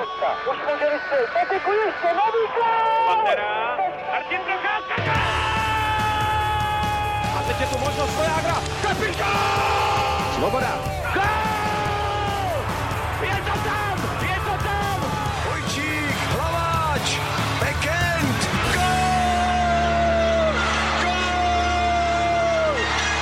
Procházka. Už můželi se, Peteku ještě, nový gól! Pantera, Martin Procházka! A teď je tu možnost Vojágra, kapitán! Svoboda! Gól! Je to tam! Je to tam! Vojčík, Hlaváč, Bekend, gól! Gól!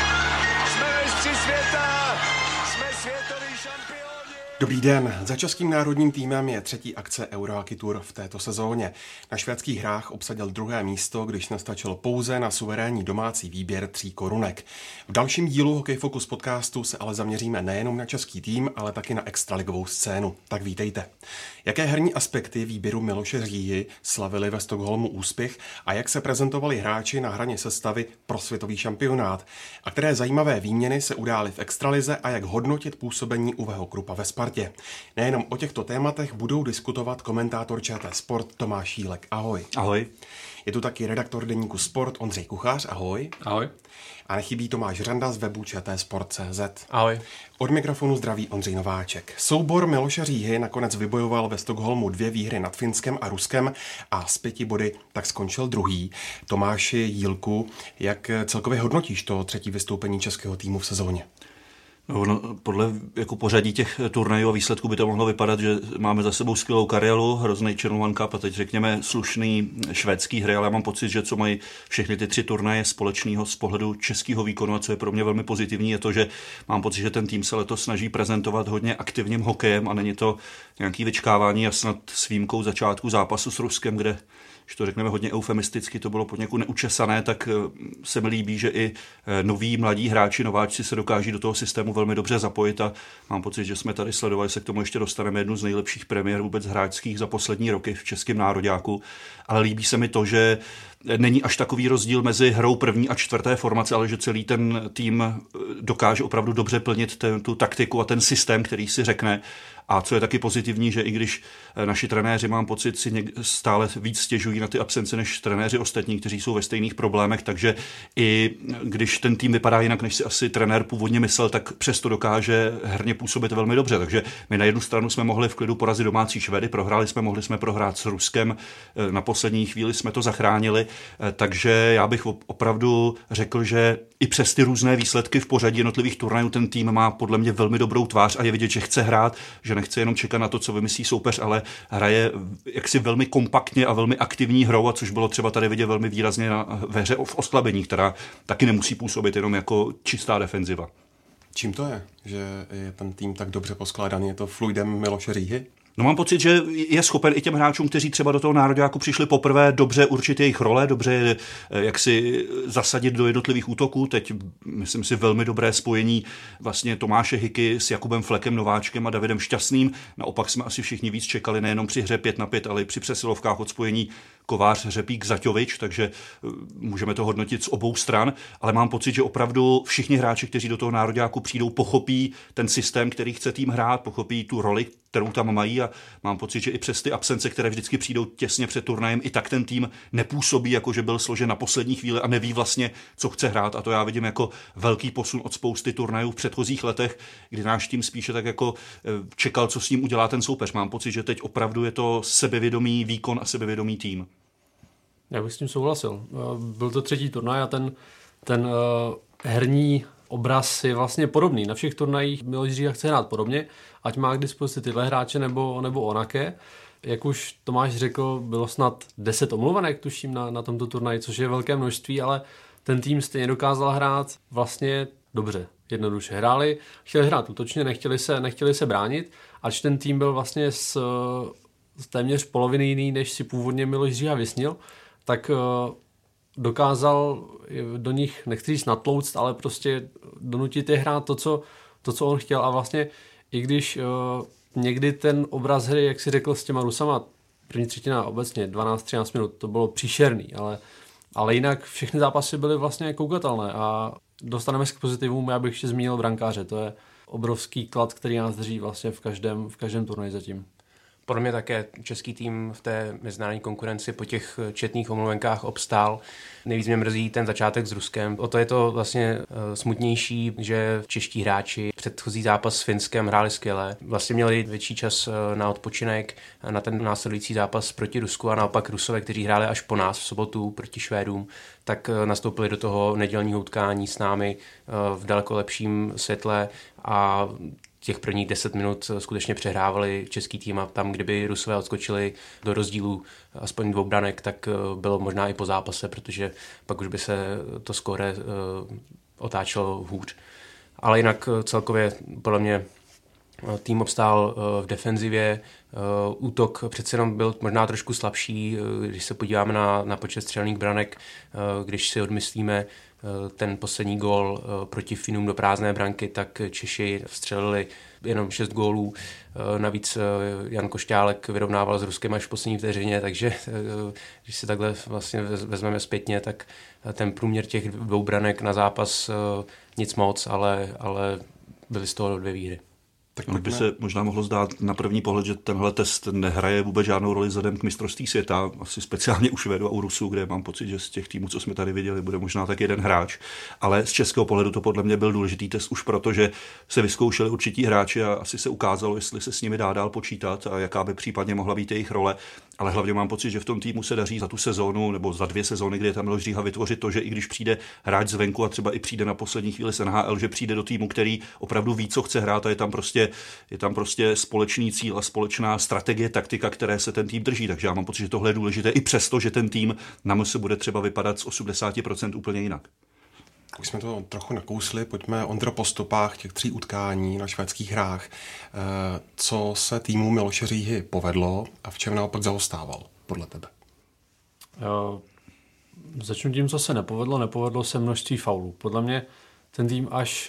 Jsme mistři světa! Jsme světoví šampioni! Dobrý den, za českým národním týmem je třetí akce Eurohockey Tour v této sezóně. Na švédských hrách obsadil druhé místo, když nastačil pouze na suverénní domácí výběr 3 korunek. V dalším dílu Hokej Focus podcastu se ale zaměříme nejenom na český tým, ale taky na extraligovou scénu. Tak vítejte. Jaké herní aspekty výběru Miloše Říhy slavili ve Stockholmu úspěch a jak se prezentovali hráči na hraně sestavy pro světový šampionát? A které zajímavé výměny se udály v extralize a jak hodnotit působení Uweho Kruppa ve Spartě? Nejenom o těchto tématech budou diskutovat komentátor ČT Sport Tomáš Jílek. Ahoj. Ahoj. Je tu taky redaktor deníku Sport Ondřej Kuchař. Ahoj. Ahoj. A nechybí Tomáš Řanda z webu čtsport.cz. Ahoj. Od mikrofonu zdraví Ondřej Nováček. Soubor Miloše Říhy nakonec vybojoval ve Stockholmu 2 výhry nad Finskem a Ruskem a s 5 body tak skončil druhý. Tomáši Jílku, jak celkově hodnotíš to třetí vystoupení českého týmu v sezóně? No, podle jako pořadí těch turnajů a výsledků by to mohlo vypadat, že máme za sebou skvělou kariéru, hrozný Channel Cup a teď řekněme slušný švédský hry, ale já mám pocit, že co mají všechny ty 3 turnaje společného z pohledu českého výkonu a co je pro mě velmi pozitivní, je to, že mám pocit, že ten tým se letos snaží prezentovat hodně aktivním hokejem a není to nějaký vyčkávání a snad s výjimkou začátku zápasu s Ruskem, kde když to řekneme hodně eufemisticky, to bylo poněkud neučesané, tak se mi líbí, že i noví mladí hráči, nováčci se dokáží do toho systému velmi dobře zapojit a mám pocit, že jsme tady sledovali, se k tomu ještě dostaneme, jednu z nejlepších premiér vůbec hráčských za poslední roky v českém nároďáku, ale líbí se mi to, že není až takový rozdíl mezi hrou první a čtvrté formace, ale že celý ten tým dokáže opravdu dobře plnit tu taktiku a ten systém, který si řekne. A co je taky pozitivní, že i když naši trenéři, mám pocit, si stále víc stěžují na ty absence než trenéři ostatní, kteří jsou ve stejných problémech, takže i když ten tým vypadá jinak, než si asi trenér původně myslel, tak přesto dokáže herně působit velmi dobře. Takže my na jednu stranu jsme mohli v klidu porazit domácí Švedy, mohli jsme prohrát s Ruskem, na poslední chvíli jsme to zachránili, takže já bych opravdu řekl, že i přes ty různé výsledky v pořadí jednotlivých turnajů ten tým má podle mě velmi dobrou tvář a je vidět, že chce hrát, že nechce jenom čekat na to, co vymyslí soupeř, ale hraje jaksi velmi kompaktně a velmi aktivní hrou, a což bylo třeba tady vidět velmi výrazně ve hře v oslabení, která taky nemusí působit jenom jako čistá defenziva. Čím to je, že je ten tým tak dobře poskládaný? Je to fluidem Miloše Říhy? No mám pocit, že je schopen i těm hráčům, kteří třeba do toho nároďáku přišli poprvé, dobře určit jejich role, dobře jak si zasadit do jednotlivých útoků. Teď myslím si velmi dobré spojení vlastně Tomáše Hiky s Jakubem Flekem, nováčkem a Davidem Šťastným. Naopak jsme asi všichni víc čekali nejenom při hře 5-5, ale i při přesilovkách od spojení Kovář, Řepík, Zaťovič, takže můžeme to hodnotit z obou stran, ale mám pocit, že opravdu všichni hráči, kteří do toho nároďáku přijdou, pochopí ten systém, který chce tým hrát, pochopí tu roli, kterou tam mají, a mám pocit, že i přes ty absence, které vždycky přijdou těsně před turnajem, i tak ten tým nepůsobí, jako že byl složen na poslední chvíli a neví vlastně, co chce hrát, a to já vidím jako velký posun od spousty turnajů v předchozích letech, kdy náš tým spíše tak jako čekal, co s ním udělá ten soupeř. Mám pocit, že teď opravdu je to sebevědomý výkon a sebevědomý tým. Já bych s tím souhlasil. Byl to třetí turnaj a ten herní obraz je vlastně podobný. Na všech turnajích Miloš Říha chce hrát podobně, ať má k dispozici tyhle hráče nebo onaké. Jak už Tomáš řekl, bylo snad 10 omluvenek, tuším, na tomto turnaji, což je velké množství, ale ten tým stejně dokázal hrát vlastně dobře. Jednoduše hráli, chtěli hrát útočně, nechtěli se bránit, ač ten tým byl vlastně z téměř poloviny jiný, než si původně Miloš Říha vysnil, tak dokázal do nich, nechci říct natlouct, ale prostě donutit je hrát to, co on chtěl. A vlastně i když někdy ten obraz hry, jak si řekl, s těma Rusama, první třetina obecně 12-13 minut, to bylo příšerný, ale jinak všechny zápasy byly vlastně koukatelné a dostaneme se k pozitivům. Já bych ještě zmínil brankáře, to je obrovský klad, který nás drží vlastně v každém turnaji zatím. Podle mě také český tým v té mezinárodní konkurenci po těch četných omluvenkách obstál. Nejvíc mě mrzí ten začátek s Ruskem. O to je to vlastně smutnější, že čeští hráči předchozí zápas s Finskem hráli skvěle. Vlastně měli větší čas na odpočinek, na ten následující zápas proti Rusku a naopak Rusové, kteří hráli až po nás v sobotu proti Švédům, tak nastoupili do toho nedělního utkání s námi v daleko lepším světle a těch prvních 10 minut skutečně přehrávali český tým a tam, kdyby Rusové odskočili do rozdílu aspoň 2 branek, tak bylo možná i po zápase, protože pak už by se to skóre otáčelo hůř. Ale jinak celkově podle mě tým obstál v defenzivě, útok přece jenom byl možná trošku slabší, když se podíváme na počet střelných branek, když si odmyslíme ten poslední gól proti Finům do prázdné branky, tak Češi vstřelili jenom 6 gólů. Navíc Jan Košťálek vyrovnával s Ruskem až v poslední vteřině, takže když si takhle vlastně vezmeme zpětně, tak ten průměr těch 2 branek na zápas nic moc, ale byly z toho 2 výhry. Tak by se možná mohlo zdát na první pohled, že tenhle test nehraje vůbec žádnou roli vzhledem k mistrovství světa, asi speciálně u Švédů a u Rusů, kde mám pocit, že z těch týmů, co jsme tady viděli, bude možná tak jeden hráč. Ale z českého pohledu to podle mě byl důležitý test už proto, že se vyzkoušeli určití hráči a asi se ukázalo, jestli se s nimi dá dál počítat a jaká by případně mohla být jejich role. Ale hlavně mám pocit, že v tom týmu se daří za tu sezónu nebo za 2 sezóny, kdy je tam Miloš Říha, vytvořit to, že i když přijde hráč zvenku a třeba i přijde na poslední chvíli z NHL, že přijde do týmu, který opravdu ví, co chce hrát a je tam prostě společný cíl a společná strategie, taktika, které se ten tým drží. Takže já mám pocit, že tohle je důležité i přesto, že ten tým na MS bude třeba vypadat z 80% úplně jinak. Už jsme to trochu nakousli, pojďme, Ondro, po stopách těch 3 utkání na švédských hrách. Co se týmu Miloše Říhy povedlo a v čem naopak zaostával, podle tebe? Začnu tím, co se nepovedlo. Nepovedlo se množství faulů. Podle mě ten tým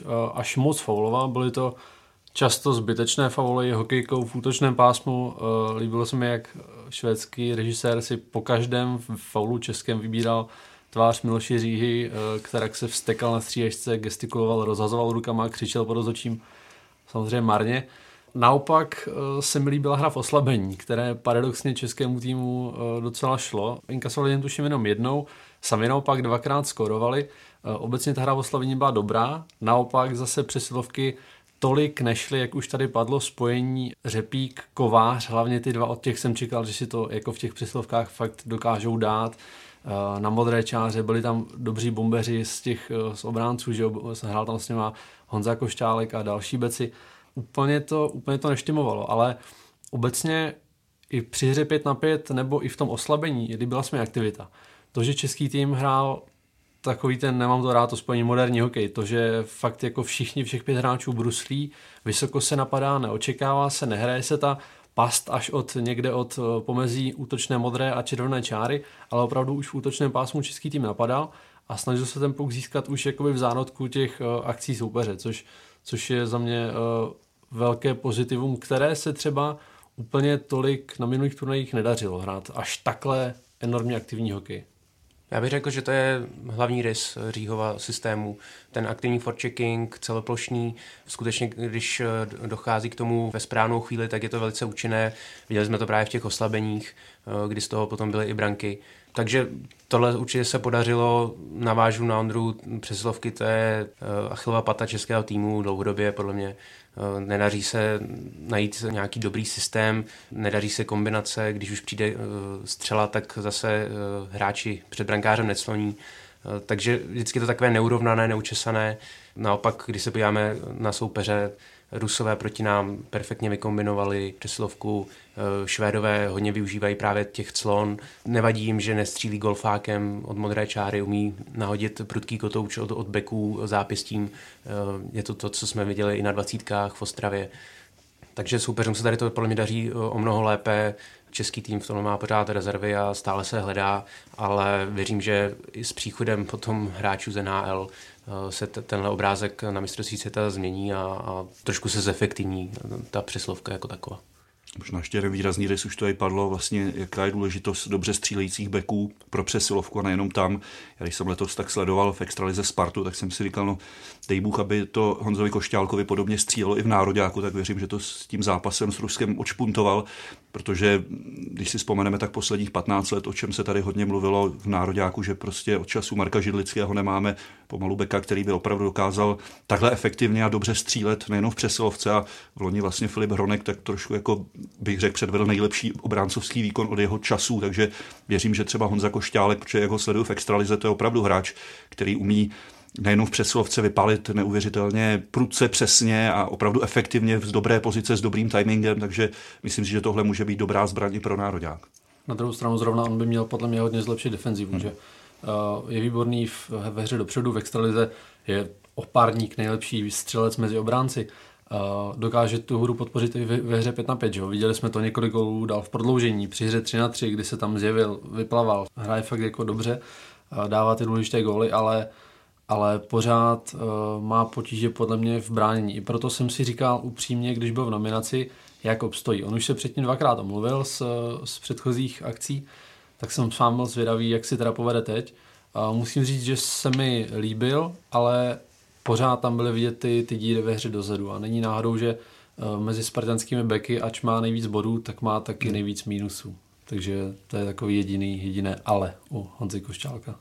až moc fauloval. Byly to často zbytečné fauly hokejkou v útočném pásmu. Líbilo se mi, jak švédský režisér si po každém faulu českém vybíral tvář Miloše Říhy, která se vztekal na střídačce, gestikuloval, rozhazoval rukama, křičel pod rozhodčím, samozřejmě marně. Naopak se mi líbila hra v oslabení, které paradoxně českému týmu docela šlo. Inkasovali jen tuším jenom jednou, sami naopak 2krát skorovali. Obecně ta hra v oslabení byla dobrá, naopak zase přesilovky tolik nešly, jak už tady padlo, spojení Řepík, Kovář, hlavně ty 2, od těch jsem čekal, že si to jako v těch přesilovkách fakt dokážou dát. Na modré čáře byli tam dobří bombeři z obránců, že hrál tam s něma Honza Košťálek a další beci. Úplně to neštimovalo, ale obecně i při hře 5-5 nebo i v tom oslabení, kdy byla jsme aktivita. To, že český tým hrál takový ten, nemám to rád, to spojení moderní hokej, to, že fakt jako všech 5 hráčů bruslí, vysoko se napadá, neočekává se, nehraje se ta past až někde od pomezí útočné modré a červené čáry, ale opravdu už v útočném pásmu český tým napadal a snažil se ten puk získat už jakoby v zárodku těch akcí soupeře, což je za mě velké pozitivum, které se třeba úplně tolik na minulých turnajích nedařilo hrát až takhle enormně aktivní hokej. Já bych řekl, že to je hlavní rys Říhova systému. Ten aktivní forechecking, celoplošný, skutečně když dochází k tomu ve správnou chvíli, tak je to velice účinné. Viděli jsme to právě v těch oslabeních, kdy z toho potom byly i branky. Takže tohle určitě se podařilo, navážu na Ondru, přesilovky, to je Achillova pata českého týmu dlouhodobě, podle mě. Nedaří se najít nějaký dobrý systém, nedaří se kombinace, když už přijde střela, tak zase hráči před brankářem necloní. Takže vždycky je to takové neurovnané, neučesané. Naopak, když se podíváme na soupeře, Rusové proti nám perfektně vykombinovali přesilovku, Švédové hodně využívají právě těch clon. Nevadí jim, že nestřílí golfákem od modré čáry, umí nahodit prudký kotouč od beků zápěstím. Je to, co jsme viděli i na 20kách v Ostravě. Takže soupeřům se tady to podle mě daří o mnoho lépe. Český tým v tom má pořád rezervy a stále se hledá, ale věřím, že i s příchodem potom hráčů z NHL se tenhle obrázek na mistrovství světa změní a trošku se zefektivní ta přeslovka jako taková. Možná ještě jeden výrazný rys, už to i padlo, vlastně jaká je důležitost dobře střílejících beků pro přesilovku a nejenom tam. Já když jsem letos tak sledoval v extralize Spartu, tak jsem si říkal, no dej Bůh, aby to Honzovi Košťálkovi podobně střílelo i v nároďáku, tak věřím, že to s tím zápasem s Ruskem odšpuntoval. protože když si vzpomeneme, tak posledních 15 let, o čem se tady hodně mluvilo v nároďáku, že prostě od času Marka Židlického nemáme pomalu beka, který by opravdu dokázal takhle efektivně a dobře střílet nejenom v přesilovce, a v loni vlastně Filip Hronek tak trošku, jako bych řekl, předvedl nejlepší obráncovský výkon od jeho času, takže věřím, že třeba Honza Košťálek, protože jeho sleduju v extralize, to je opravdu hráč, který umí nejenom v přesilovce vypálit neuvěřitelně prudce, přesně a opravdu efektivně z dobré pozice s dobrým timingem, takže myslím si, že tohle může být dobrá zbraň i pro nároďák. Na druhou stranu zrovna on by měl podle mě hodně zlepšit defenzivu, že je výborný ve hře dopředu, v extralize je o párník nejlepší střelec mezi obránci. Dokáže tu hru podpořit i ve hře 5-5, že jo? Viděli jsme to, několik gólů dal v prodloužení, při hře 3-3, kdy se tam zjevil, vyplaval, hraje fakt jako dobře, dává ty důležité góly, ale pořád má potíže podle mě v bránění. I proto jsem si říkal upřímně, když byl v nominaci, jak obstojí. On už se předtím 2krát omluvil z předchozích akcí, tak jsem sám byl zvědavý, jak si teda povede teď. Musím říct, že se mi líbil, ale pořád tam byly vidět ty díry ve hře dozadu. A není náhodou, že mezi spartanskými beky, ač má nejvíc bodů, tak má taky nejvíc mínusů. Takže to je takový jediné ale u Honzy Košťálka.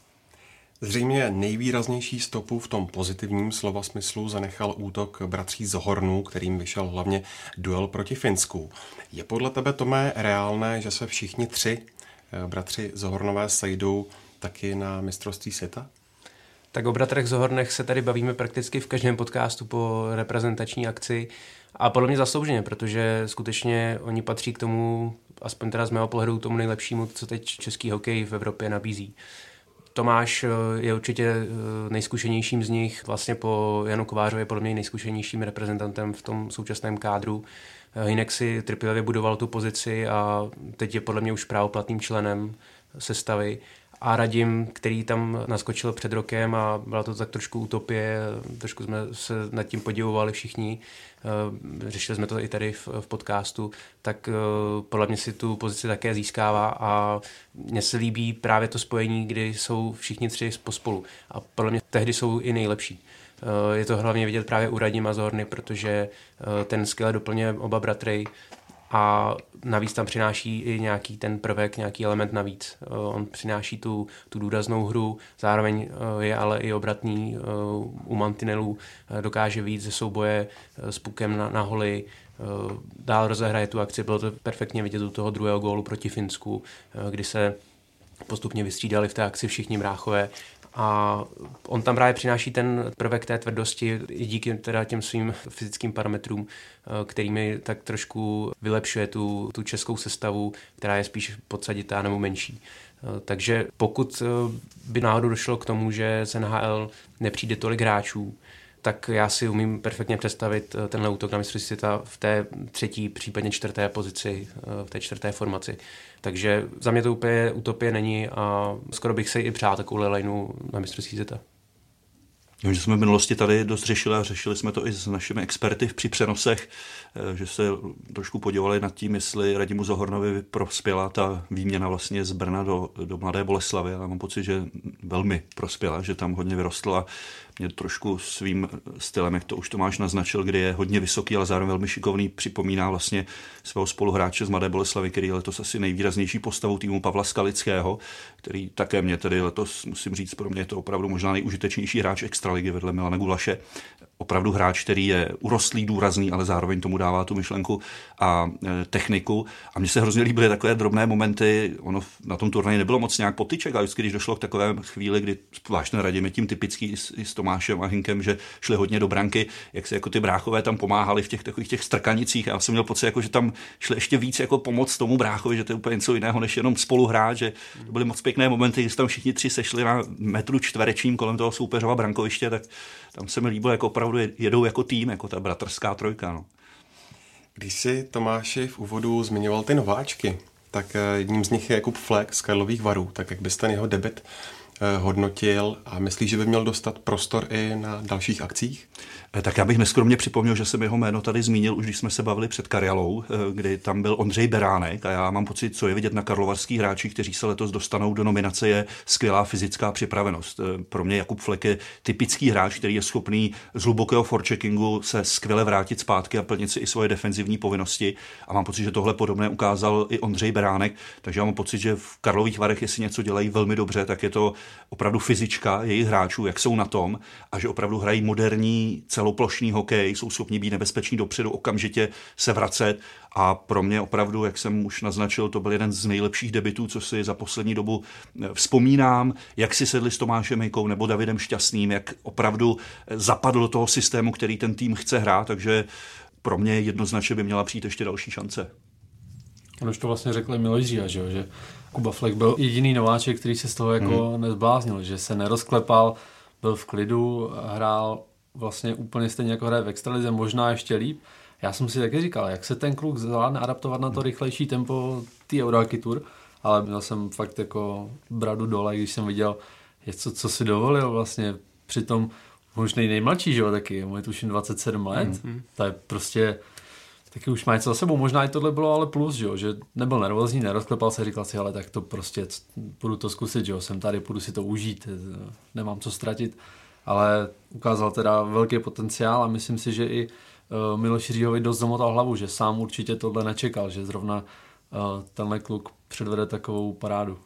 Zřejmě nejvýraznější stopu v tom pozitivním slova smyslu zanechal útok bratří Zohornů, kterým vyšel hlavně duel proti Finsku. Je podle tebe, Tome, reálné, že se všichni tři bratři Zohornové sejdou taky na mistrovství světa? Tak o bratrech Zohornech se tady bavíme prakticky v každém podcastu po reprezentační akci a podle mě zaslouženě, protože skutečně oni patří k tomu, aspoň teda z mého pohledu, tomu nejlepšímu, co teď český hokej v Evropě nabízí. Tomáš je určitě nejzkušenějším z nich, vlastně po Janu Kovářově podle mě nejzkušenějším reprezentantem v tom současném kádru. Hinek si trpělivě budoval tu pozici a teď je podle mě už právoplatným členem sestavy. A Radim, který tam naskočil před rokem a byla to tak trošku utopie, trošku jsme se nad tím podivovali všichni, řešili jsme to i tady v podcastu, tak podle mě si tu pozici také získává a mně se líbí právě to spojení, kdy jsou všichni tři pospolu a podle mě tehdy jsou i nejlepší. Je to hlavně vidět právě u Radima Zohorny, protože ten skvěle doplňuje oba bratry a navíc tam přináší i nějaký ten prvek, nějaký element navíc. On přináší tu důraznou hru, zároveň je ale i obratný u mantinelů, dokáže víc ze souboje s pukem na holi, dál rozehraje tu akci, bylo to perfektně vidět u toho druhého gólu proti Finsku, kdy se postupně vystřídali v té akci všichni bráchové. A on tam právě přináší ten prvek té tvrdosti i díky teda těm svým fyzickým parametrům, kterými tak trošku vylepšuje tu českou sestavu, která je spíš podsaditá nebo menší. Takže pokud by náhodou došlo k tomu, že z NHL nepřijde tolik hráčů, tak já si umím perfektně představit tenhle útok na mistrovství světa v té třetí, případně čtvrté pozici, v té čtvrté formaci. Takže za mě to úplně utopie není a skoro bych se i přál takovou lineu na mistrovství světa. Že jsme v minulosti tady dost řešili a řešili jsme to i s našimi experty při přenosech, že se trošku podívali nad tím, jestli Radimu Zohornovi prospěla ta výměna vlastně z Brna do Mladé Boleslavi. Já mám pocit, že velmi prospěla, že tam hodně vyrostla. Mě trošku svým stylem, jak to už Tomáš naznačil, kdy je hodně vysoký, ale zároveň velmi šikovný, připomíná vlastně svého spoluhráče z Mladé Boleslavy, který je letos asi nejvýraznější postavou týmu Pavla Skalického, který také mě tedy letos, musím říct, pro mě je to opravdu možná nejužitečnější hráč extraligy vedle Milana Gulaše. Opravdu hráč, který je urostlý, důrazný, ale zároveň tomu dává tu myšlenku a techniku. A mně se hrozně líbily takové drobné momenty. Ono na tom turnaji nebylo moc nějak potyček, ale vždycky, když došlo k takové chvíli, kdy zvláště Radim je tím typický i s Tomášem a Hinkem, že šli hodně do branky, jak se jako ty bráchové tam pomáhali v těch takových těch strkanicích. A já jsem měl pocit, jako, že tam šli ještě víc jako pomoc tomu bráchovi, že to je úplně něco jiného, než jenom spoluhrát, že to byly moc pěkné momenty, kdy tam všichni tři sešli na metru čtverečním kolem toho soupeřova brankoviště, tak tam se mi líbilo, jako opravdu jedou jako tým, jako ta bratrská trojka. No. Když si, Tomáši, v úvodu zmiňoval ty nováčky, tak jedním z nich je Jakub Flek z Karlových Varů, tak jak bys ten jeho debut hodnotil a myslíš, že by měl dostat prostor i na dalších akcích? Tak já bych neskromně připomněl, že jsem jeho jméno tady zmínil, už když jsme se bavili před Karjalou, kdy tam byl Ondřej Beránek a já mám pocit, co je vidět na karlovarských hráčích, kteří se letos dostanou do nominace, je skvělá fyzická připravenost. Pro mě Jakub Flek je typický hráč, který je schopný z hlubokého forecheckingu se skvěle vrátit zpátky a plnit si i svoje defenzivní povinnosti a mám pocit, že tohle podobné ukázal i Ondřej Beránek, takže já mám pocit, že v Karlových Varech, jestli něco dělají velmi dobře, tak je to opravdu fyzička jejich hráčů, jak jsou na tom a že opravdu hrají moderní celoplošný hokej, jsou schopni být nebezpeční dopředu, okamžitě se vracet a pro mě opravdu, jak jsem už naznačil, to byl jeden z nejlepších debutů, co si za poslední dobu vzpomínám, jak si sedli s Tomášem Hejkou nebo Davidem Šťastným, jak opravdu zapadl do toho systému, který ten tým chce hrát, takže pro mě jednoznačně by měla přijít ještě další šance. On už to vlastně řekl i Miloš Říha, že Kuba Flek byl jediný nováček, který se z toho jako nezbláznil, že se nerozklepal, byl v klidu, hrál vlastně úplně stejně jako hraje v extralize, možná ještě líp. Já jsem si taky říkal, jak se ten kluk zvládne adaptovat na to rychlejší tempo té Eurohockey Tour, ale měl jsem fakt jako bradu dole, když jsem viděl, co si dovolil vlastně, přitom možná nejmladší, že jo, taky, mu je tuším 27 let, to je prostě, taky už má něco za sebou, možná i tohle bylo ale plus, že nebyl nervózní, nerozklepal se, říkal si, ale tak to prostě, půjdu to zkusit, že jo, jsem tady, půjdu si to užít, nemám co ztratit, ale ukázal teda velký potenciál a myslím si, že i Miloši Říhovi dost zamotal hlavu, že sám určitě tohle nečekal, že zrovna tenhle kluk předvede takovou parádu.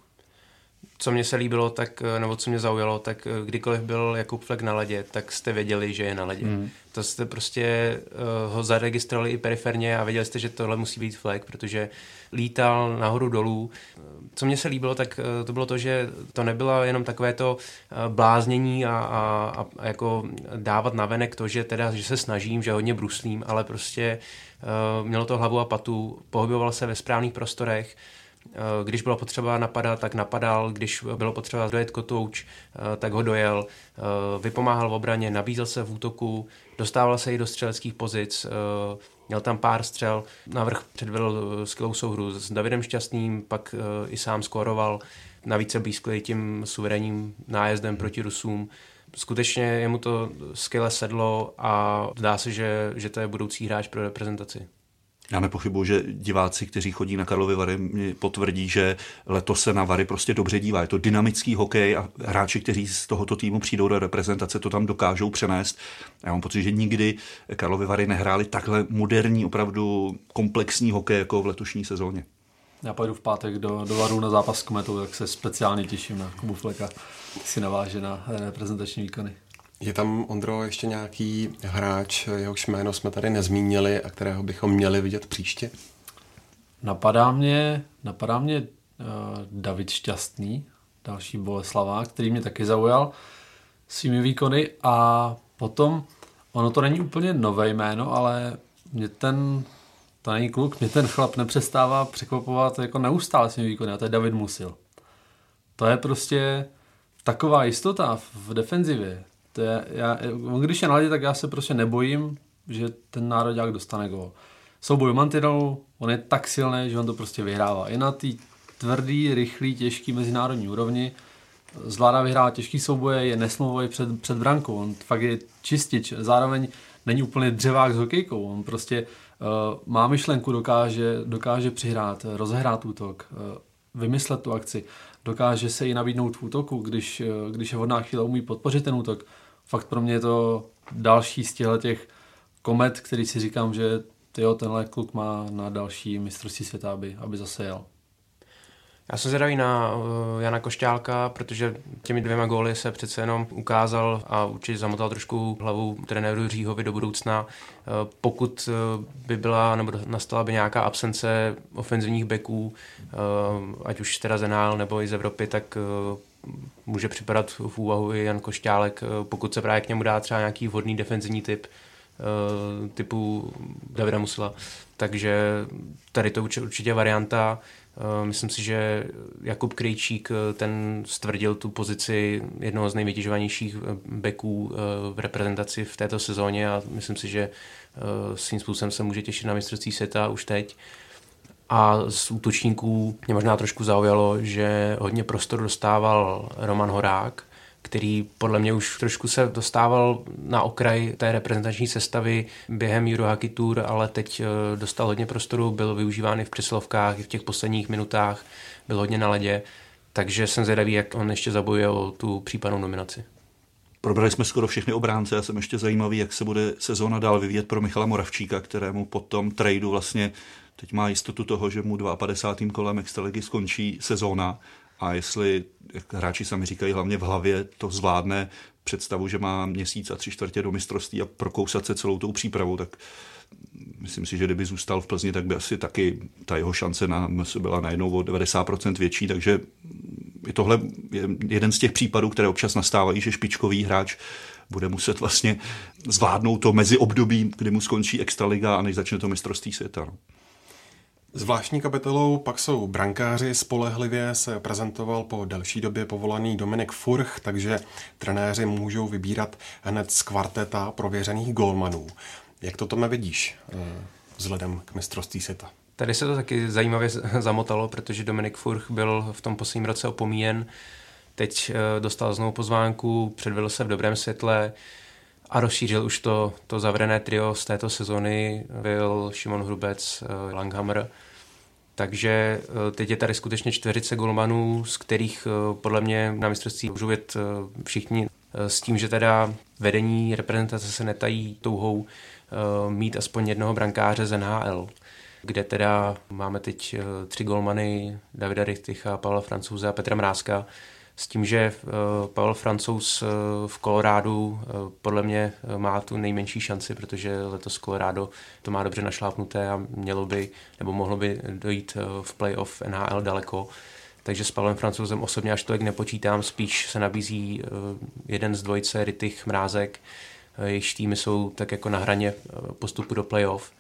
Co mě se líbilo, nebo co mě zaujalo, tak kdykoliv byl Jakub Flek na ledě, tak jste věděli, že je na ledě. To jste prostě ho zaregistrovali i periferně a věděli jste, že tohle musí být Flek, protože lítal nahoru dolů. Co mě se líbilo, tak to bylo to, že to nebylo jenom takové to bláznění a jako dávat navenek to, že se snažím, že hodně bruslím, ale prostě mělo to hlavu a patu, pohyboval se ve správných prostorech. Když bylo potřeba napadat, tak napadal, když bylo potřeba dojet kotouč, tak ho dojel, vypomáhal v obraně, nabízel se v útoku, dostával se i do střeleckých pozic, měl tam pár střel, navrch předvedl skvělou souhru s Davidem Šťastným, pak i sám skóroval, navíc se blízkli tím suverénním nájezdem proti Rusům. Skutečně jemu to skvěle sedlo a zdá se, že to je budoucí hráč pro reprezentaci. Já nepochybuji, že diváci, kteří chodí na Karlovy Vary, mi potvrdí, že letos se na Vary prostě dobře dívá. Je to dynamický hokej a hráči, kteří z tohoto týmu přijdou do reprezentace, to tam dokážou přenést. Já mám pocit, že nikdy Karlovy Vary nehráli takhle moderní, opravdu komplexní hokej jako v letošní sezóně. Já pojedu v pátek do Varů na zápas s Kometou, tak se speciálně těším na Kubu Fleka, si naváže na reprezentační výkony. Je tam, Ondro, ještě nějaký hráč, jehož jméno jsme tady nezmínili a kterého bychom měli vidět příště? Napadá mě David Šťastný, další Boleslavák, který mě taky zaujal svými výkony a potom, ono to není úplně nové jméno, ale to není kluk, mě ten chlap nepřestává překvapovat jako neustále svými výkony a to je David Musil. To je prostě taková jistota v defenzivě. Když je na ledě, tak já se prostě nebojím, že ten nároďák dostane gól. Souboj mantinelu, on je tak silný, že on to prostě vyhrává. I na té tvrdý, rychlý, těžký mezinárodní úrovni zvládá vyhrát těžký souboje, je nesmlouvavý před brankou. On fakt je čistič, zároveň není úplně dřevák s hokejkou. On prostě má myšlenku, dokáže přihrát, rozehrát útok, vymyslet tu akci. Dokáže se i nabídnout v útoku, když je hodná chvíle, umí podpořit ten útok. Fakt pro mě je to další z těch komet, který si říkám, že tenhle kluk má na další mistrovství světa, aby zase jel. Já jsem zvědavý na Jana Košťálka, protože těmi 2 góly se přece jenom ukázal a určitě zamotal trošku hlavu trenéru Říhovi do budoucna. Pokud by byla nebo nastala by nějaká absence ofenzivních beků, ať už teda z NHL nebo i z Evropy, tak může připadat v úvahu i Jan Košťálek, pokud se právě k němu dá třeba nějaký vhodný defenzivní typu Davida Musila. Takže tady to určitě varianta. Myslím si, že Jakub Krejčík ten stvrdil tu pozici jednoho z nejvytěžovanějších beků v reprezentaci v této sezóně a myslím si, že svým způsobem se může těšit na mistrovství světa už teď. A z útočníků mě možná trošku zaujalo, že hodně prostoru dostával Roman Horák, který podle mě už trošku se dostával na okraj té reprezentační sestavy během Eurohockey Tour, ale teď dostal hodně prostoru, byl využíván i v přesilovkách, i v těch posledních minutách, byl hodně na ledě, takže jsem zvědavý, jak on ještě zabojuje o tu případnou nominaci. Probrali jsme skoro všechny obránce, já jsem ještě zajímavý, jak se bude sezóna dál vyvíjet pro Michala Moravčíka, kterému po tom tradu vlastně teď má jistotu toho, že mu 52. kolem extraligy skončí sezóna a jestli, jak hráči sami říkají, hlavně v hlavě to zvládne představu, že má měsíc a 3/4 do mistrovství a prokousat se celou tou přípravou, tak myslím si, že kdyby zůstal v Plzni, tak by asi taky ta jeho šance byla najednou o 90% větší, takže i tohle je jeden z těch případů, které občas nastávají, že špičkový hráč bude muset vlastně zvládnout to mezi obdobím, kdy mu skončí extraliga a než začne to mistrovství světa. No. Zvláštní kapitolou pak jsou brankáři. Spolehlivě se prezentoval po delší době povolaný Dominik Furch, takže trenéři můžou vybírat hned z kvarteta prověřených golmanů. Jak to Tome vidíš vzhledem k mistrovství světa? Tady se to taky zajímavě zamotalo, protože Dominik Furch byl v tom posledním roce opomíjen. Teď dostal znovu pozvánku, předvedl se v dobrém světle a rozšířil už to zavřené trio z této sezony. Byl Šimon Hrubec, Langhammer. Takže teď je tady skutečně 4 golmanů, z kterých podle mě na mistrovství můžou jet všichni, s tím, že teda vedení reprezentace se netají touhou mít aspoň jednoho brankáře z NHL, kde teda máme teď 3 golmany, Davida Richticha, Pavla Francouze a Petra Mrázka, s tím, že Pavel Francouz v Kolorádu podle mě má tu nejmenší šanci, protože letos Colorado to má dobře našlápnuté a mohlo by dojít v playoff NHL daleko. Takže s Pavlem Francouzem osobně až tolik nepočítám, spíš se nabízí jeden z dvojice Rittich Mrázek, jejichž týmy jsou tak jako na hraně postupu do playoff.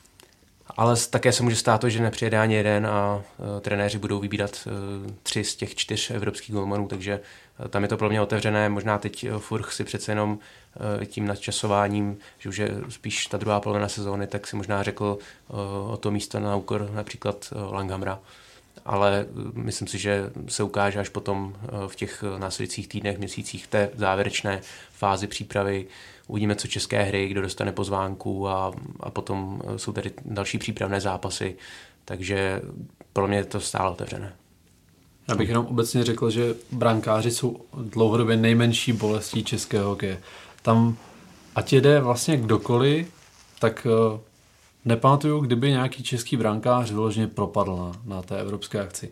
Ale také se může stát to, že nepřijede ani jeden a trenéři budou vybírat 3 z těch 4 evropských golmanů, takže tam je to pro mě otevřené. Možná teď Furch si přece jenom tím nadčasováním, že už je spíš ta druhá polovina sezóny, tak si možná řekl o to místo na úkor například Langhamra. Ale myslím si, že se ukáže až potom v těch následujících týdnech, měsících, v té závěrečné fázi přípravy. Uvidíme, co české hry, kdo dostane pozvánku a potom jsou tady další přípravné zápasy, takže pro mě je to stále otevřené. Já bych jenom obecně řekl, že brankáři jsou dlouhodobě nejmenší bolestí českého hokeje. Tam, ať jede vlastně kdokoliv, tak nepamatuju, kdyby nějaký český brankář vyloženě propadl na té evropské akci.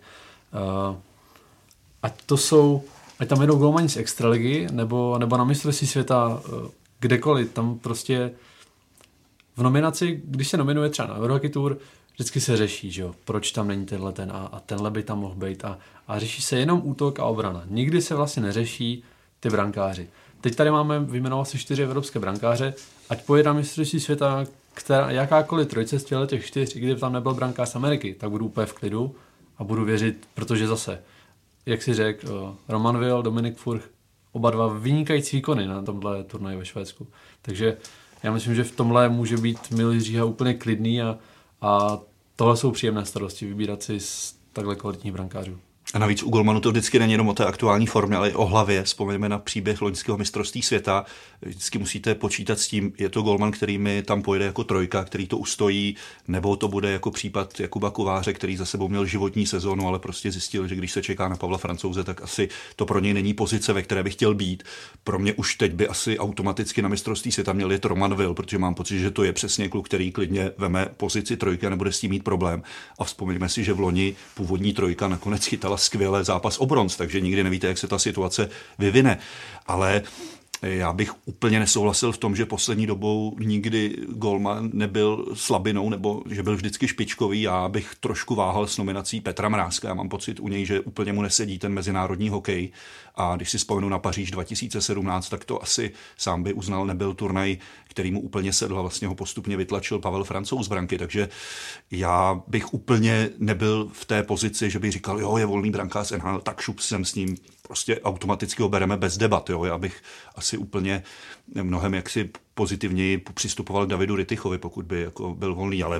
Ať tam jedou golmani z extraligy, nebo na mistrovství světa kdekoliv, tam prostě v nominaci, když se nominuje třeba na Eurohockey Tour, vždycky se řeší, že jo, proč tam není tenhle ten a tenhle by tam mohl být a řeší se jenom útok a obrana. Nikdy se vlastně neřeší ty brankáři. Teď tady máme vyjmenovat si 4 evropské brankáře, ať pojede na mistrovství světa, jakákoliv trojice z těch 4, kdyby tam nebyl brankář z Ameriky, tak budu úplně v klidu a budu věřit, protože zase, jak si řekl, Roman Will, Dominik Furch, oba dva vynikající výkony na tomhle turnaji ve Švédsku. Takže já myslím, že v tomhle může být Miloš Říha úplně klidný a tohle jsou příjemné starosti, vybírat si z takhle kvalitních brankářů. A navíc u golmanu to vždycky není jenom o té aktuální formě, ale i o hlavě. Vzpomeňme na příběh loňského mistrovství světa. Vždycky musíte počítat s tím, je to golman, který mi tam pojede jako trojka, který to ustojí, nebo to bude jako případ Jakuba Kováře, který za sebou měl životní sezónu, ale prostě zjistil, že když se čeká na Pavla Francouze, tak asi to pro něj není pozice, ve které by chtěl být. Pro mě už teď by asi automaticky na mistrovství světa měl jet Roman Will, protože mám pocit, že to je přesně kluk, který klidně veme pozici trojky a nebude s tím mít problém. A vzpomeňme si, že v loni původní trojka nakonec chytala skvěle zápas o bronz, takže nikdy nevíte, jak se ta situace vyvine. Ale já bych úplně nesouhlasil v tom, že poslední dobou nikdy golman nebyl slabinou nebo že byl vždycky špičkový. Já bych trošku váhal s nominací Petra Mrázka. Já mám pocit u něj, že úplně mu nesedí ten mezinárodní hokej. A když si vzpomenu na Paříž 2017, tak to asi sám by uznal, nebyl turnaj, který mu úplně sedl a vlastně ho postupně vytlačil Pavel Francouz z branky. Takže já bych úplně nebyl v té pozici, že bych říkal, jo, je volný brankář NHL, tak šup sem s ním. Prostě automaticky ho bereme bez debat. Jo. Já bych asi úplně mnohem jaksi pozitivněji přistupoval k Davidu Rittichovi, pokud by jako byl volný, ale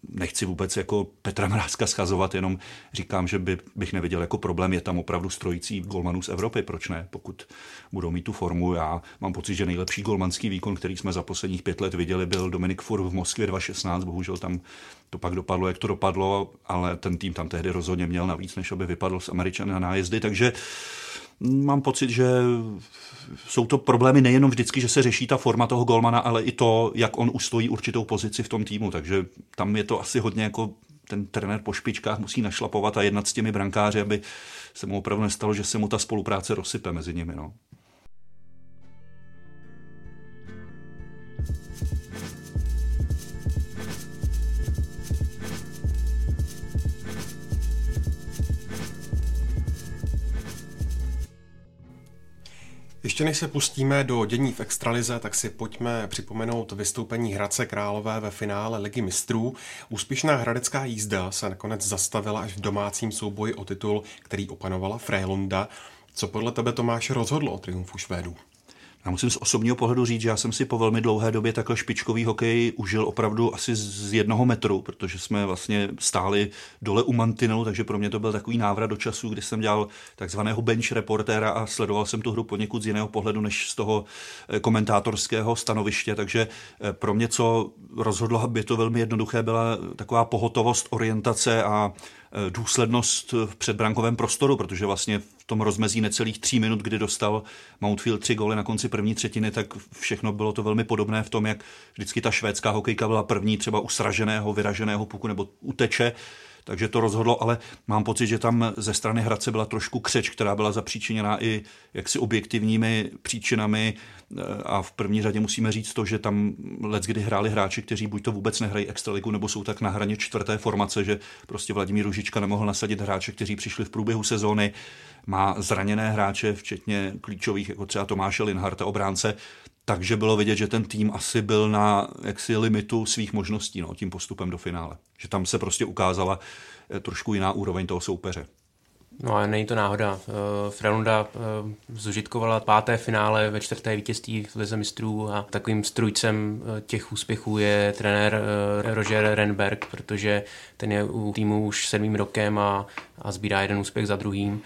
nechci vůbec jako Petra Mrázka schazovat, jenom říkám, že bych neviděl jako problém, je tam opravdu strojící golmanů z Evropy, proč ne, pokud budou mít tu formu. Já mám pocit, že nejlepší golmanský výkon, který jsme za posledních 5 let viděli, byl Dominik Furch v Moskvě 2016, bohužel tam to pak dopadlo, jak to dopadlo, ale ten tým tam tehdy rozhodně měl navíc, než aby vypadl z Američany na nájezdy, takže mám pocit, že jsou to problémy nejenom vždycky, že se řeší ta forma toho golmana, ale i to, jak on ustojí určitou pozici v tom týmu, takže tam je to asi hodně jako ten trenér po špičkách musí našlapovat a jednat s těmi brankáři, aby se mu opravdu nestalo, že se mu ta spolupráce rozsype mezi nimi. No. Ještě než se pustíme do dění v extralize, tak si pojďme připomenout vystoupení Hradce Králové ve finále Ligy mistrů. Úspěšná hradecká jízda se nakonec zastavila až v domácím souboji o titul, který opanovala Frölunda. Co podle tebe, Tomáše, rozhodlo o triumfu Švédů? Já musím z osobního pohledu říct, že já jsem si po velmi dlouhé době takhle špičkový hokej užil opravdu asi z 1 metru, protože jsme vlastně stáli dole u mantinelu, takže pro mě to byl takový návrat do času, kdy jsem dělal takzvaného bench reportéra a sledoval jsem tu hru poněkud z jiného pohledu než z toho komentátorského stanoviště, takže pro mě, co rozhodlo, aby to velmi jednoduché, byla taková pohotovost, orientace a důslednost v předbrankovém prostoru, protože vlastně v tom rozmezí necelých 3 minut, kdy dostal Mountfield 3 góly na konci první třetiny, tak všechno bylo to velmi podobné v tom, jak vždycky ta švédská hokejka byla první třeba u sraženého, vyraženého puku nebo u teče, takže to rozhodlo, ale mám pocit, že tam ze strany Hradce byla trošku křeč, která byla zapříčiněná i jaksi objektivními příčinami a v první řadě musíme říct to, že tam leckdy hráli hráči, kteří buď to vůbec nehrají extraligu, nebo jsou tak na hraně 4. formace, že prostě Vladimír Růžička nemohl nasadit hráče, kteří přišli v průběhu sezóny, má zraněné hráče, včetně klíčových, jako třeba Tomáše Linharta, obránce, takže bylo vidět, že ten tým asi byl na jaksi limitu svých možností, no, tím postupem do finále. Že tam se prostě ukázala trošku jiná úroveň toho soupeře. No a není to náhoda. Frölunda zužitkovala 5. finále ve 4. vítězství v Lize mistrů a takovým strůjcem těch úspěchů je trenér Roger Renberg, protože ten je u týmu už 7. rokem a sbírá jeden úspěch za druhým.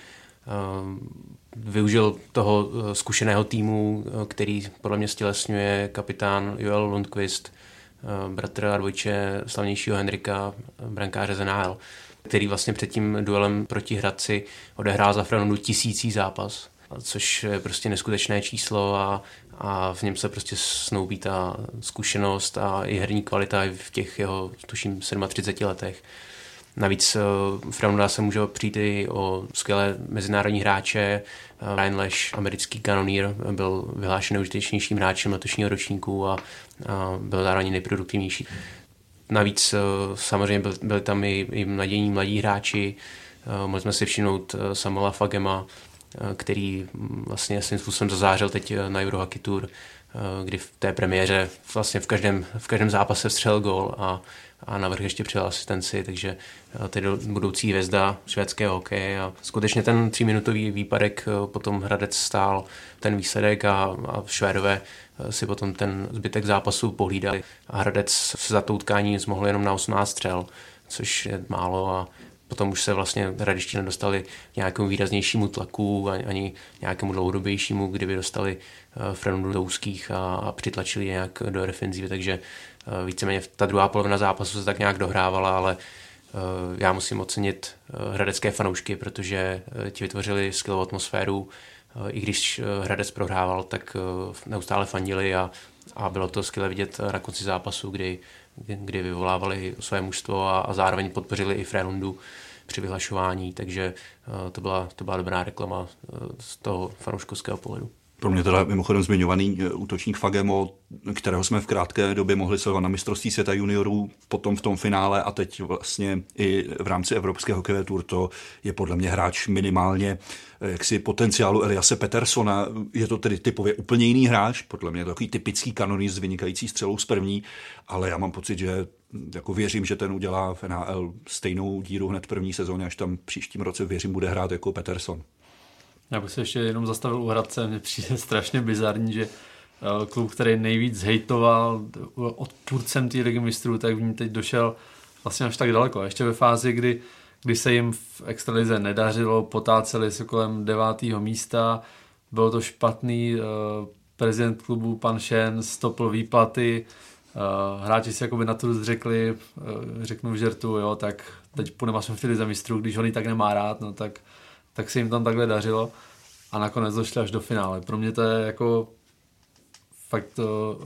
Využil toho zkušeného týmu, který podle mě stělesňuje kapitán Joel Lundqvist, bratr a dvojče slavnějšího Henrika, brankáře z NHL, který vlastně před tím duelem proti Hradci odehrál za Frölundu 1000. zápas, což je prostě neskutečné číslo a v něm se prostě snoubí ta zkušenost a i herní kvalita v těch jeho, tuším, 37 letech. Navíc Frölunda se může přijít i o skvělé mezinárodní hráče. Ryan Lesh, americký kanonýr, byl vyhlášen nejužitečnějším hráčem letošního ročníku a byl zároveň nejproduktivnější. Navíc samozřejmě byli tam i nadějní mladí hráči. Mohli jsme si všimnout Samuela Fagema, který vlastně svým způsobem zazářil teď na Eurohockey Tour, kdy v té premiéře vlastně v každém zápase vstřelil gól a navrch ještě přidal asistenci, takže to je budoucí hvězda švédského hokeje a skutečně ten 3minutový výpadek potom Hradec stál ten výsledek a Švédové si potom ten zbytek zápasu pohlídali a Hradec se za to utkání zmohl jenom na 18 střel, což je málo a potom už se vlastně hradišti nedostali k nějakému výraznějšímu tlaku ani nějakému dlouhodobějšímu, kdyby dostali Frölundu do úzkých a přitlačili nějak do defenzívy, takže víceméně ta druhá polovina zápasu se tak nějak dohrávala, ale já musím ocenit hradecké fanoušky, protože ti vytvořili skvělou atmosféru. I když Hradec prohrával, tak neustále fandili a bylo to skvěle vidět na konci zápasu, kdy vyvolávali své mužstvo a zároveň podpořili i Frölundu při vyhlašování, takže to byla dobrá reklama z toho fanouškovského pohledu. Pro mě teda mimochodem zmiňovaný útočník Fagemo, kterého jsme v krátké době mohli sledovat na mistrovství světa juniorů, potom v tom finále a teď vlastně i v rámci Evropského hokejové tour, to je podle mě hráč minimálně jaksi potenciálu Eliase Petterssona. Je to tedy typově úplně jiný hráč, podle mě takový typický kanonýr s vynikající střelou z první, ale já mám pocit, že jako věřím, že ten udělá v NHL stejnou díru hned v první sezóně, až tam příštím roce věřím bude hrát jako Pettersson. Já bych se ještě jenom zastavil u Hradce, mně přijde strašně bizarní, že klub, který nejvíc hejtoval odpůrcem té Ligy mistrů, tak v ní teď došel vlastně až tak daleko. Ještě ve fázi, kdy se jim v extralize nedařilo, potáceli se kolem 9. místa, bylo to špatný, prezident klubu pan Šen stopl výplaty, hráči si jakoby na to řekli, řeknu v žertu, jo, tak teď půjdeme aspoň v Lize mistrů, když on tak nemá rád, no tak se jim tam takhle dařilo a nakonec došli až do finále. Pro mě to je jako fakt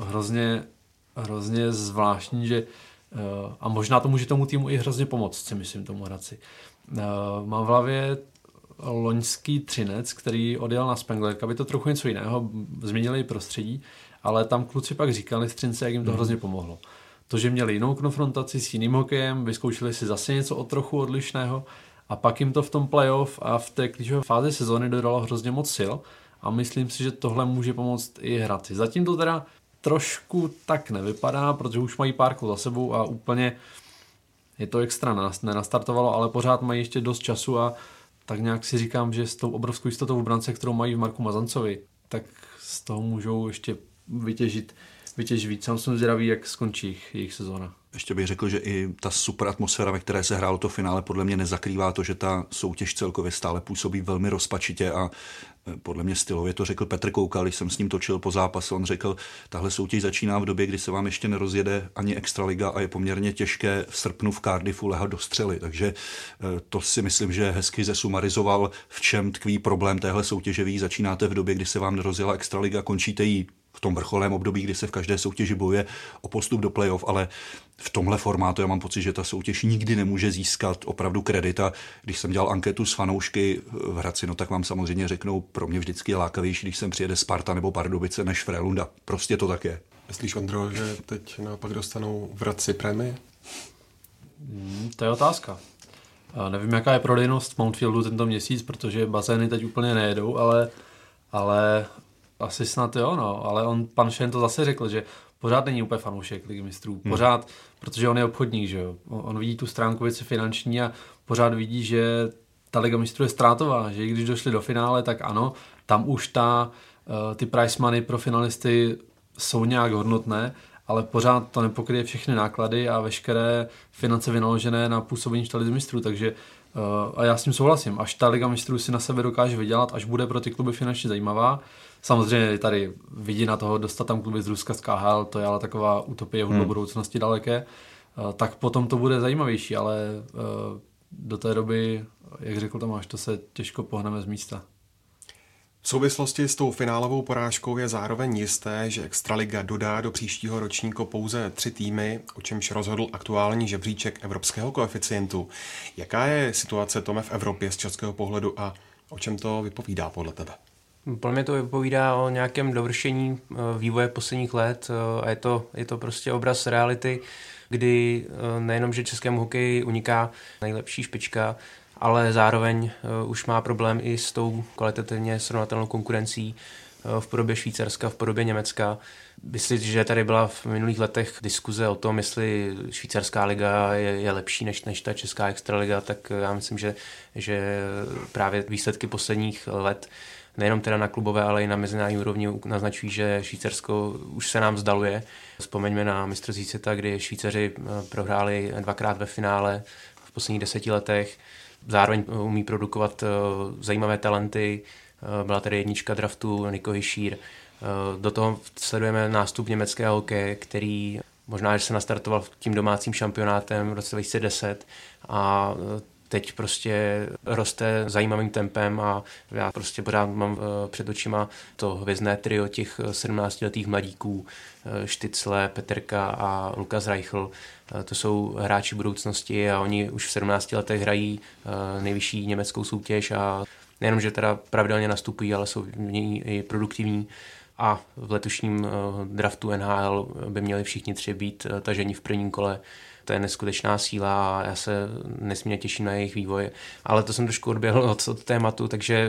hrozně zvláštní, že a možná to může tomu týmu i hrozně pomoct, si myslím, tomu Hradci. Mám v hlavě loňský Třinec, který odjel na Spengler, aby to trochu něco jiného, změnili prostředí, ale tam kluci pak říkali z Třince, jak jim to hrozně pomohlo. To, že měli jinou konfrontaci s jiným hokejem, vyzkoušeli si zase něco o trochu odlišného a pak jim to v tom playoff a v té klíčové fázi sezóny dodalo hrozně moc sil a myslím si, že tohle může pomoct i Hradci. Zatím to teda trošku tak nevypadá, protože už mají pár kol za sebou a úplně je to extra nenastartovalo, ale pořád mají ještě dost času a tak nějak si říkám, že s tou obrovskou jistotou v brance, kterou mají v Marku Mazancovi, tak z toho můžou ještě vytěžit víc. Sám jsem zvědavý, jak skončí jejich sezóna. Ještě bych řekl, že i ta super atmosféra, ve které se hrálo to finále, podle mě nezakrývá to, že ta soutěž celkově stále působí velmi rozpačitě a podle mě stylově to řekl Petr Koukal, když jsem s ním točil po zápase, on řekl, tahle soutěž začíná v době, kdy se vám ještě nerozjede ani extraliga a je poměrně těžké v srpnu v Cardiffu lehat do střely, takže to si myslím, že hezky zesumarizoval, v čem tkví problém téhle soutěže. Vy začínáte v době, kdy se vám nerozjela extraliga, končíte ji v tom vrcholném období, kdy se v každé soutěži bojuje o postup do playoff, ale v tomhle formátu já mám pocit, že ta soutěž nikdy nemůže získat opravdu kredit a když jsem dělal anketu s fanoušky v Hradci, no tak vám samozřejmě řeknou, pro mě vždycky je lákavější, když sem přijede Sparta nebo Pardubice než Frélunda. Prostě to tak je. Myslíš, Ondro, že teď naopak dostanou v Hradci prémie? To je otázka. Nevím, jaká je prodejnost Mountfieldu tento měsíc, protože bazény teď úplně nejedou, ale asi snad jo, no. Ale pan Šen to zase řekl, že pořád není úplně fanoušek Ligy mistrů. Pořád, protože on je obchodník, že jo. On vidí tu stránku věci finanční a pořád vidí, že ta Liga mistrů je ztrátová, že i když došli do finále, tak ano, tam už ty prize money pro finalisty jsou nějak hodnotné, ale pořád to nepokryje všechny náklady a veškeré finance vynaložené na působení v Lize mistrů, takže a já s tím souhlasím, až ta Liga mistrů si na sebe dokáže vydělat, až bude pro ty kluby finančně zajímavá. Samozřejmě je tady vidina toho dostat tam kluby z Ruska, z KHL, to je ale taková utopie do budoucnosti daleké, tak potom to bude zajímavější, ale do té doby, jak řekl Tomáš, to se těžko pohneme z místa. V souvislosti s tou finálovou porážkou je zároveň jisté, že Extraliga dodá do příštího ročníku pouze 3 týmy, o čemž rozhodl aktuální žebříček evropského koeficientu. Jaká je situace, Tome, v Evropě z českého pohledu a o čem to vypovídá podle tebe? Podle mě to vypovídá o nějakém dovršení vývoje posledních let a je to prostě obraz reality, kdy nejenom, že českému hokeji uniká nejlepší špička, ale zároveň už má problém i s tou kvalitativně srovnatelnou konkurencí v podobě Švýcarska, v podobě Německa. Myslím, že tady byla v minulých letech diskuze o tom, jestli švýcarská liga je lepší než ta česká extraliga, tak já myslím, že právě výsledky posledních let nejenom teda na klubové, ale i na mezinárodní úrovni naznačují, že Švýcarsko už se nám vzdaluje. Vzpomeňme na mistrovství světa, kdy Švýcaři prohráli 2krát ve finále v posledních 10 letech. Zároveň umí produkovat zajímavé talenty. Byla tady jednička draftu Nico Hischier. Do toho sledujeme nástup německého hokeje, který možná, že se nastartoval tím domácím šampionátem v roce 2010 a teď prostě roste zajímavým tempem a já prostě pořád mám před očima to hvězdné trio těch 17letých mladíků, Štycle, Peterka a Lukas Reichel. To jsou hráči budoucnosti a oni už v 17 letech hrají nejvyšší německou soutěž a nejenom, že teda pravidelně nastupují, ale jsou v ní i produktivní. A v letošním draftu NHL by měli všichni 3 být taženi v prvním kole. To je neskutečná síla a já se nesmírně těším na jejich vývoj. Ale to jsem trošku odběhl od tématu, takže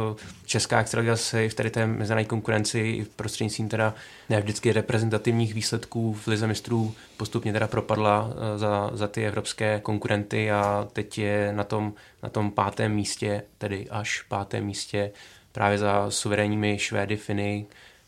česká extraliga se v tady té mezinárodní konkurenci i prostřednictvím teda ne vždycky reprezentativních výsledků v Lize mistrů postupně teda propadla za ty evropské konkurenty a teď je na tom 5. místě, tedy až 5. místě právě za suverénními Švédy, Finy,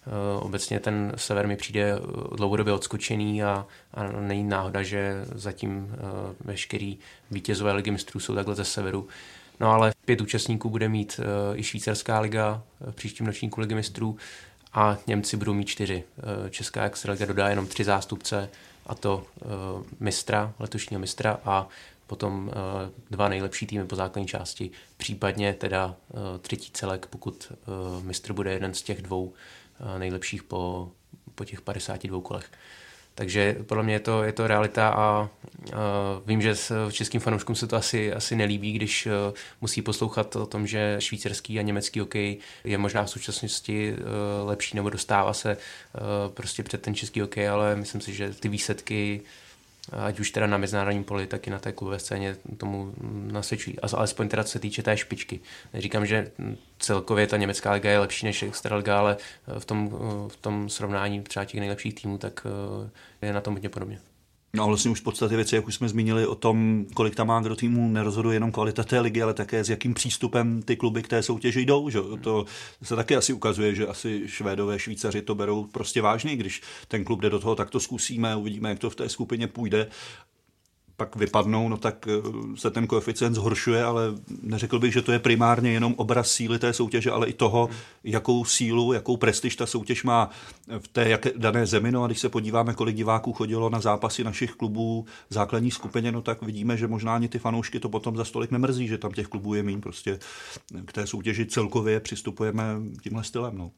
Obecně ten sever mi přijde dlouhodobě odskočený a není náhoda, že zatím veškerý vítězové ligy mistrů jsou takhle ze severu. No ale 5 účastníků bude mít i švýcarská liga v příštím ročníku ligy mistrů a Němci budou mít 4. Česká extraliga dodá jenom 3 zástupce, a to mistra, letošního mistra a potom 2 nejlepší týmy po základní části, případně teda 3. celek, pokud mistr bude jeden z těch 2 nejlepších po těch 52 kolech. Takže podle mě je to realita a vím, že českým fanouškům se to asi nelíbí, když musí poslouchat o tom, že švýcarský a německý hokej je možná v současnosti lepší nebo dostává se prostě před ten český hokej, ale myslím si, že ty výsledky, ať už teda na mezinárodním poli, tak i na té klubové scéně tomu nasvědčují. Alespoň teda se týče té špičky. Neříkám, že celkově ta německá liga je lepší než extraliga, ale v tom srovnání třeba těch nejlepších týmů, tak je na tom hodně podobně. No a vlastně už v podstatě věci, jak už jsme zmínili o tom, kolik tam má kdo týmů, nerozhoduje jenom kvalita té ligy, ale také s jakým přístupem ty kluby k té soutěži jdou. Že? To se taky asi ukazuje, že asi Švédové, Švýcaři to berou prostě vážně, když ten klub jde do toho, tak to zkusíme, uvidíme, jak to v té skupině půjde. Pak vypadnou, no tak se ten koeficient zhoršuje, ale neřekl bych, že to je primárně jenom obraz síly té soutěže, ale i toho, jakou sílu, jakou prestiž ta soutěž má v té dané zemi. No a když se podíváme, kolik diváků chodilo na zápasy našich klubů v základní skupině, no tak vidíme, že možná ani ty fanoušky to potom za stolik nemrzí, že tam těch klubů je míň. Prostě k té soutěži celkově přistupujeme tímhle stylem. No.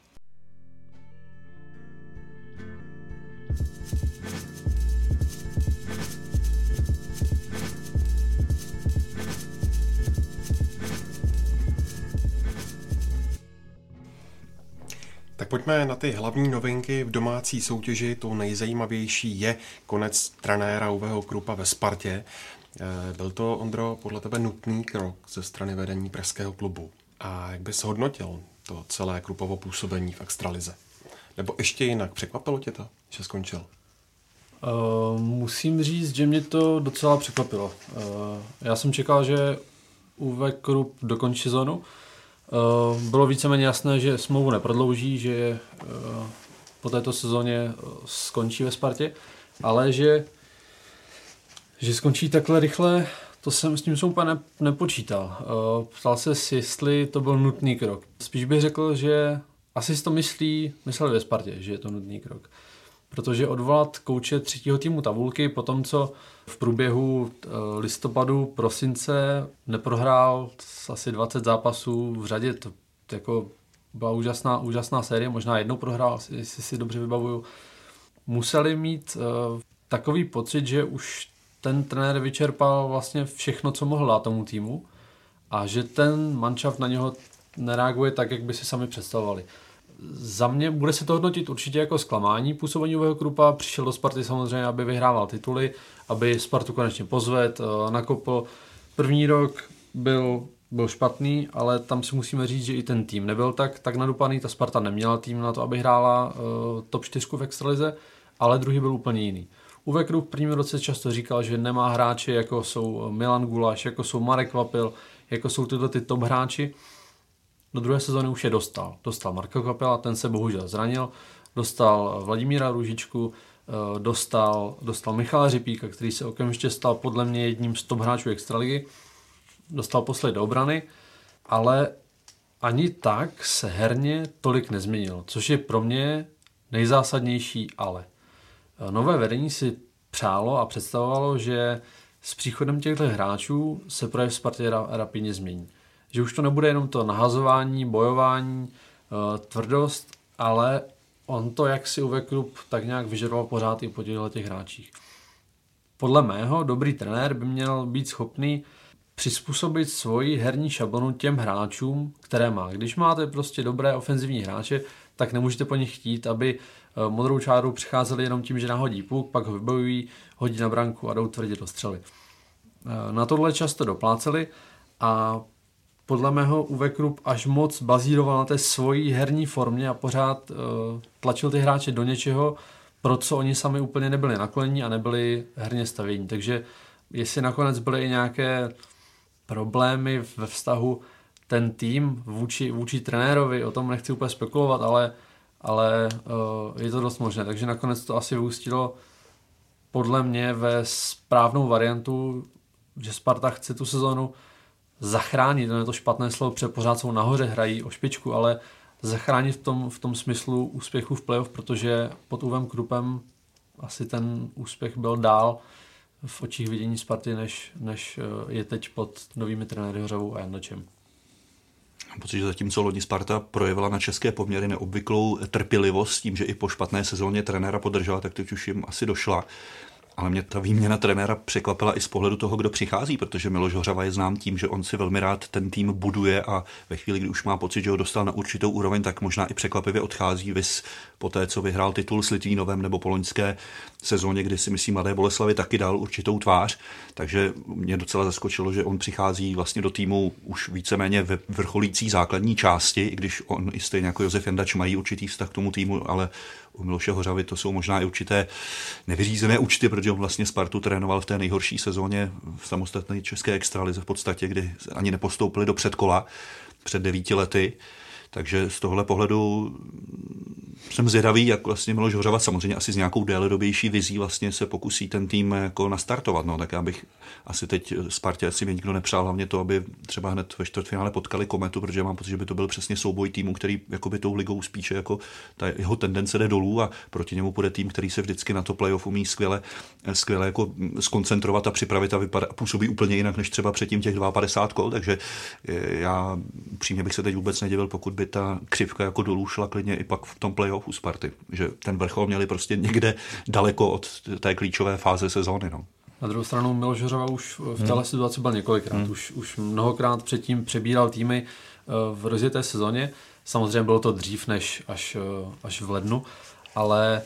Tak pojďme na ty hlavní novinky v domácí soutěži. Tou nejzajímavější je konec trenéra Uweho Kruppa ve Spartě. Byl to, Ondro, podle tebe nutný krok ze strany vedení pražského klubu? A jak bys hodnotil to celé Kruppovo působení v extralize? Nebo ještě jinak, překvapilo tě to, že skončil? Musím říct, že mě to docela překvapilo. Já jsem čekal, že Uwe Krupp dokončí sezonu. Bylo víceméně jasné, že smlouvu neprodlouží, že po této sezóně skončí ve Spartě, ale že skončí takhle rychle, to jsem s tím úplně nepočítal. Ptal se, jestli to byl nutný krok. Spíš bych řekl, že asi si to mysleli ve Spartě, že je to nutný krok. Protože odvolat kouče 3. týmu tabulky po tom, co v průběhu listopadu, prosince neprohrál asi 20 zápasů v řadě, to jako byla úžasná série, možná jednou prohrál, jestli si dobře vybavuju. Museli mít takový pocit, že už ten trenér vyčerpal vlastně všechno, co mohl dát tomu týmu a že ten manšaft na něho nereaguje tak, jak by si sami představovali. Za mě bude se to hodnotit určitě jako zklamání působení Uweho Kruppa. Přišel do Sparty samozřejmě, aby vyhrával tituly, aby Spartu konečně pozvedl, nakopl. První rok byl špatný, ale tam si musíme říct, že i ten tým nebyl tak nadupaný. Ta Sparta neměla tým na to, aby hrála top 4 v extralize, ale druhý byl úplně jiný. Uwe Krupp v prvním roce často říkal, že nemá hráče, jako jsou Milan Gulaš, jako jsou Marek Kvapil, jako jsou tyhle ty top hráči. Do druhé sezóny už je dostal. Dostal Marka Kvapila, ten se bohužel zranil. Dostal Vladimíra Růžičku, dostal Michala Řipíka, který se okamžitě stal podle mě jedním z top hráčů extraligy. Dostal posled do obrany, ale ani tak se herně tolik nezměnil, což je pro mě nejzásadnější ale. Nové vedení si přálo a představovalo, že s příchodem těchto hráčů se projev v Spartě rapidně změní. Že už to nebude jenom to nahazování, bojování, tvrdost, ale on to, jak si Uwe Krupp tak nějak vyžadoval pořád i po těch hráčích. Podle mého dobrý trenér by měl být schopný přizpůsobit svoji herní šablonu těm hráčům, které má. Když máte prostě dobré ofenzivní hráče, tak nemůžete po nich chtít, aby modrou čáru přicházeli jenom tím, že nahodí puk, pak ho vybojují, hodí na branku a jdou tvrdě do střely. Na tohle často dopláceli a podle mého Uwe Krupp až moc bazíroval na té svojí herní formě a pořád tlačil ty hráče do něčeho, pro co oni sami úplně nebyli naklonení a nebyli herně stavění. Takže jestli nakonec byly i nějaké problémy ve vztahu ten tým vůči trenérovi, o tom nechci úplně spekulovat, ale je to dost možné. Takže nakonec to asi vyústilo podle mě ve správnou variantu, že Sparta chce tu sezónu zachránit, to je to špatné slovo, protože pořád jsou nahoře, hrají o špičku, ale zachránit v tom smyslu úspěchu v playoff, protože pod Uvem Krupem asi ten úspěch byl dál v očích vidění Sparty, než je teď pod novými trenéry Hořavou a Jandačem. Mám pocit, že zatímco loni Sparta projevila na české poměry neobvyklou trpělivost tím, že i po špatné sezóně trenéra podržela, tak teď už jim asi došla. Ale mě ta výměna trenéra překvapila i z pohledu toho, kdo přichází, protože Miloš Hořava je znám tím, že on si velmi rád ten tým buduje a ve chvíli, kdy už má pocit, že ho dostal na určitou úroveň, tak možná i překvapivě odchází, vys po té, co vyhrál titul s Litvínovem nebo po loňské sezóně, kdy si myslím Mladé Boleslavi taky dal určitou tvář. Takže mě docela zaskočilo, že on přichází vlastně do týmu už víceméně ve vrcholící základní části, i když on i stejně jako Josef Jandač mají určitý vztah k tomu týmu, ale u Miloše Hořavy to jsou možná i určité nevyřízené účty, protože on vlastně Spartu trénoval v té nejhorší sezóně v samostatné české extralize v podstatě, kdy ani nepostoupili do předkola před 9 lety. Takže z tohle pohledu jsem zvědavý, jak vlastně Miloš Hořava samozřejmě asi s nějakou déledobější vizí vlastně se pokusí ten tým jako nastartovat. No, tak já bych asi teď Spartě asi mě nikdo nepřál, hlavně to, aby třeba hned ve čtvrtfinále potkali Kometu, protože mám pocit, že by to byl přesně souboj týmu, který jakoby tou ligou spíše jako ta jeho tendence jde dolů a proti němu bude tým, který se vždycky na to playoff umí skvěle jako skoncentrovat a připravit a působí úplně jinak než třeba předtím těch 52 kol, takže já přímě bych se teď vůbec nedivil, pokud by ta křivka jako dolů šla klidně i pak v tom playoff u Sparty, že ten vrchol měli prostě někde daleko od té klíčové fáze sezóny. No. Na druhou stranu Miloš Hořava už v téhle situaci byl několikrát. Už mnohokrát předtím přebíral týmy v rozjeté sezóně. Samozřejmě bylo to dřív než až v lednu, ale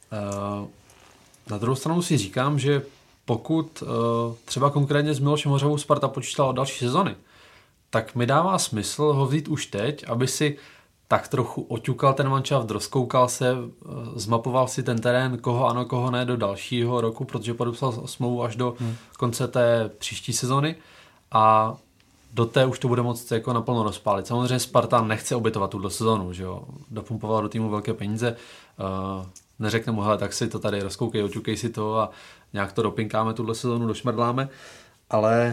na druhou stranu si říkám, že pokud třeba konkrétně s Milošem Hořavou Sparta počítala od další sezony, tak mi dává smysl ho vzít už teď, aby si tak trochu oťukal ten manšaft, rozkoukal se, zmapoval si ten terén, koho ano, koho ne do dalšího roku, protože podepsal smlouvu až do konce té příští sezony a do té už to bude moct jako naplno rozpálit. Samozřejmě Sparta nechce obětovat tuto sezonu, že jo, dopumpovala do týmu velké peníze, neřekne mu, hele, tak si to tady rozkoukej, oťukej si to a nějak to dopinkáme tuto sezonu, došmrdláme, ale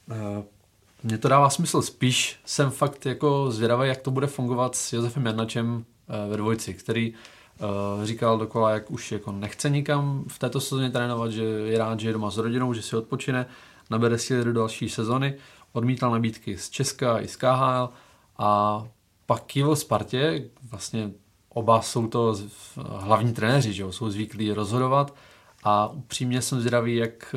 mně to dává smysl. Spíš jsem fakt jako zvědavý, jak to bude fungovat s Josefem Jandačem ve dvojci, který říkal dokola, jak už jako nechce nikam v této sezóně trénovat, že je rád, že je doma s rodinou, že si odpočine, nabere síly do další sezony, odmítal nabídky z Česka i z KHL a pak kývil Spartě, vlastně oba jsou to hlavní trenéři, že jsou zvyklí rozhodovat a upřímně jsem zvědavý, jak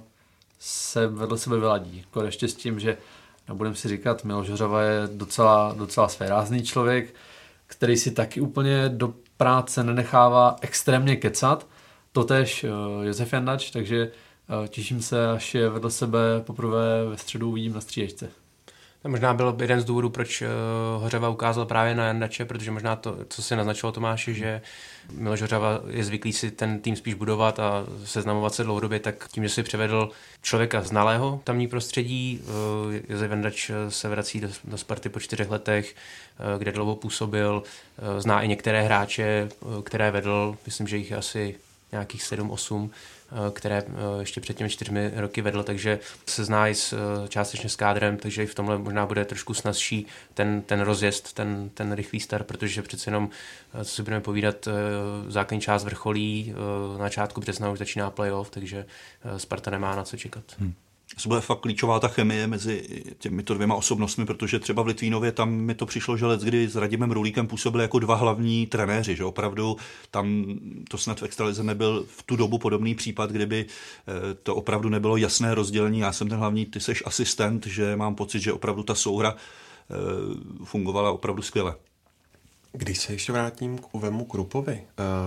se vedle sebe vyladí. Ještě s tím, že nebudem si říkat, Miloš Hořava je docela svérázný člověk, který si taky úplně do práce nenechává extrémně kecat. Totéž Josef Jandač, takže těším se, až je vedle sebe poprvé ve středu uvidím na střídačce. To možná byl jeden z důvodů, proč Hořava ukázal právě na Jandače, protože možná to, co si naznačilo Tomáši, že Miloš Hořava je zvyklý si ten tým spíš budovat a seznamovat se dlouhodobě, tak tím, že si převedl člověka znalého tamní prostředí, Josef Jandač se vrací do Sparty po 4 letech, kde dlouho působil, zná i některé hráče, které vedl, myslím, že jich je asi nějakých 7-8, které ještě před těmi 4 roky vedl, takže se zná i částečně s kádrem, takže i v tomhle možná bude trošku snazší ten rozjezd, ten rychlý start, protože přece jenom, co si budeme povídat, základní část vrcholí, na začátku března už začíná playoff, takže Sparta nemá na co čekat. To bude fakt klíčová ta chemie mezi těmito dvěma osobnostmi, protože třeba v Litvínově tam mi to přišlo, že leckdy s Radimem Rulíkem působili jako 2 hlavní trenéři, že opravdu tam to snad v extralize nebyl v tu dobu podobný případ, kdyby to opravdu nebylo jasné rozdělení, já jsem ten hlavní, ty seš asistent, že mám pocit, že opravdu ta souhra fungovala opravdu skvěle. Když se ještě vrátím k Uvemu Krupovi,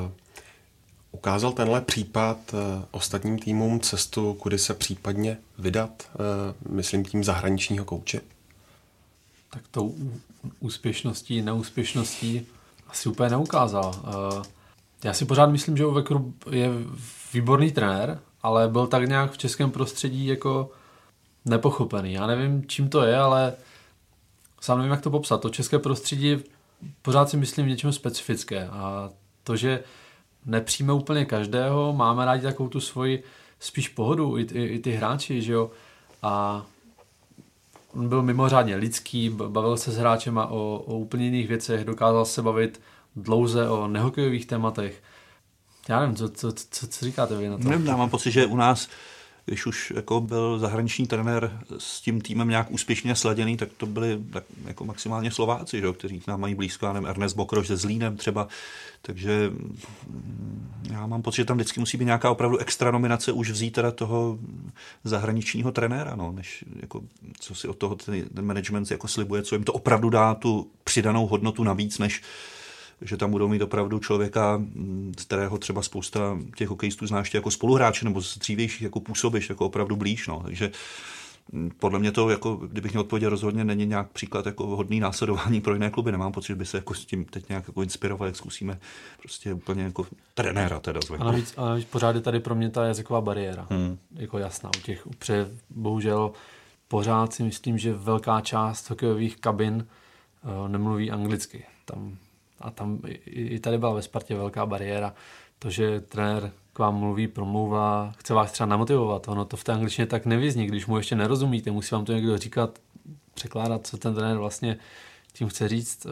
ukázal tenhle případ ostatním týmům cestu, kudy se případně vydat, myslím tím zahraničního kouče? Tak tou úspěšností, neúspěšností asi úplně neukázal. Já si pořád myslím, že Uwe Krupp je výborný trenér, ale byl tak nějak v českém prostředí jako nepochopený. Já nevím, čím to je, ale sám nevím, jak to popsat. To české prostředí pořád si myslím v něčem specifické a to, že nepřijme úplně každého, máme rádi takovou tu svoji spíš pohodu, i ty hráči, že jo, a on byl mimořádně lidský, bavil se s hráčema o úplně jiných věcech, dokázal se bavit dlouze o nehokejových tématech. Já nevím, co říkáte vy na to? Já mám pocit, že u nás, když už jako byl zahraniční trenér s tím týmem nějak úspěšně sladěný, tak to byli tak jako maximálně Slováci, že, kteří nám mají blízko, nevím, Ernest Bokroš se Zlínem třeba, takže já mám pocit, že tam vždycky musí být nějaká opravdu extra nominace už vzít teda toho zahraničního trenéra, no, než jako, co si od toho ten management jako slibuje, co jim to opravdu dá tu přidanou hodnotu navíc, než že tam budou mít opravdu člověka, z kterého třeba spousta těch hokejistů znáš jako spoluhráče nebo z dřívějších jako působiš jako opravdu blíž. No. Takže podle mě to, jako, kdybych měl odpovědět, rozhodně není nějak příklad jako hodný následování pro jiné kluby. Nemám pocit, že by se jako s tím teď nějak jako inspirovali, jak zkusíme prostě úplně jako trenéra teda zvenku. A navíc pořád je tady pro mě ta jazyková bariéra. Jako jasná u těch, bohužel pořád si myslím, že velká část hokejových kabin nemluví anglicky. Tam i tady byla ve Spartě velká bariéra. To, že trenér k vám mluví, promlouvá, chce vás třeba namotivovat. Ono to v té angličtině tak nevyzní, když mu ještě nerozumíte, musí vám to někdo říkat, překládat, co ten trenér vlastně tím chce říct.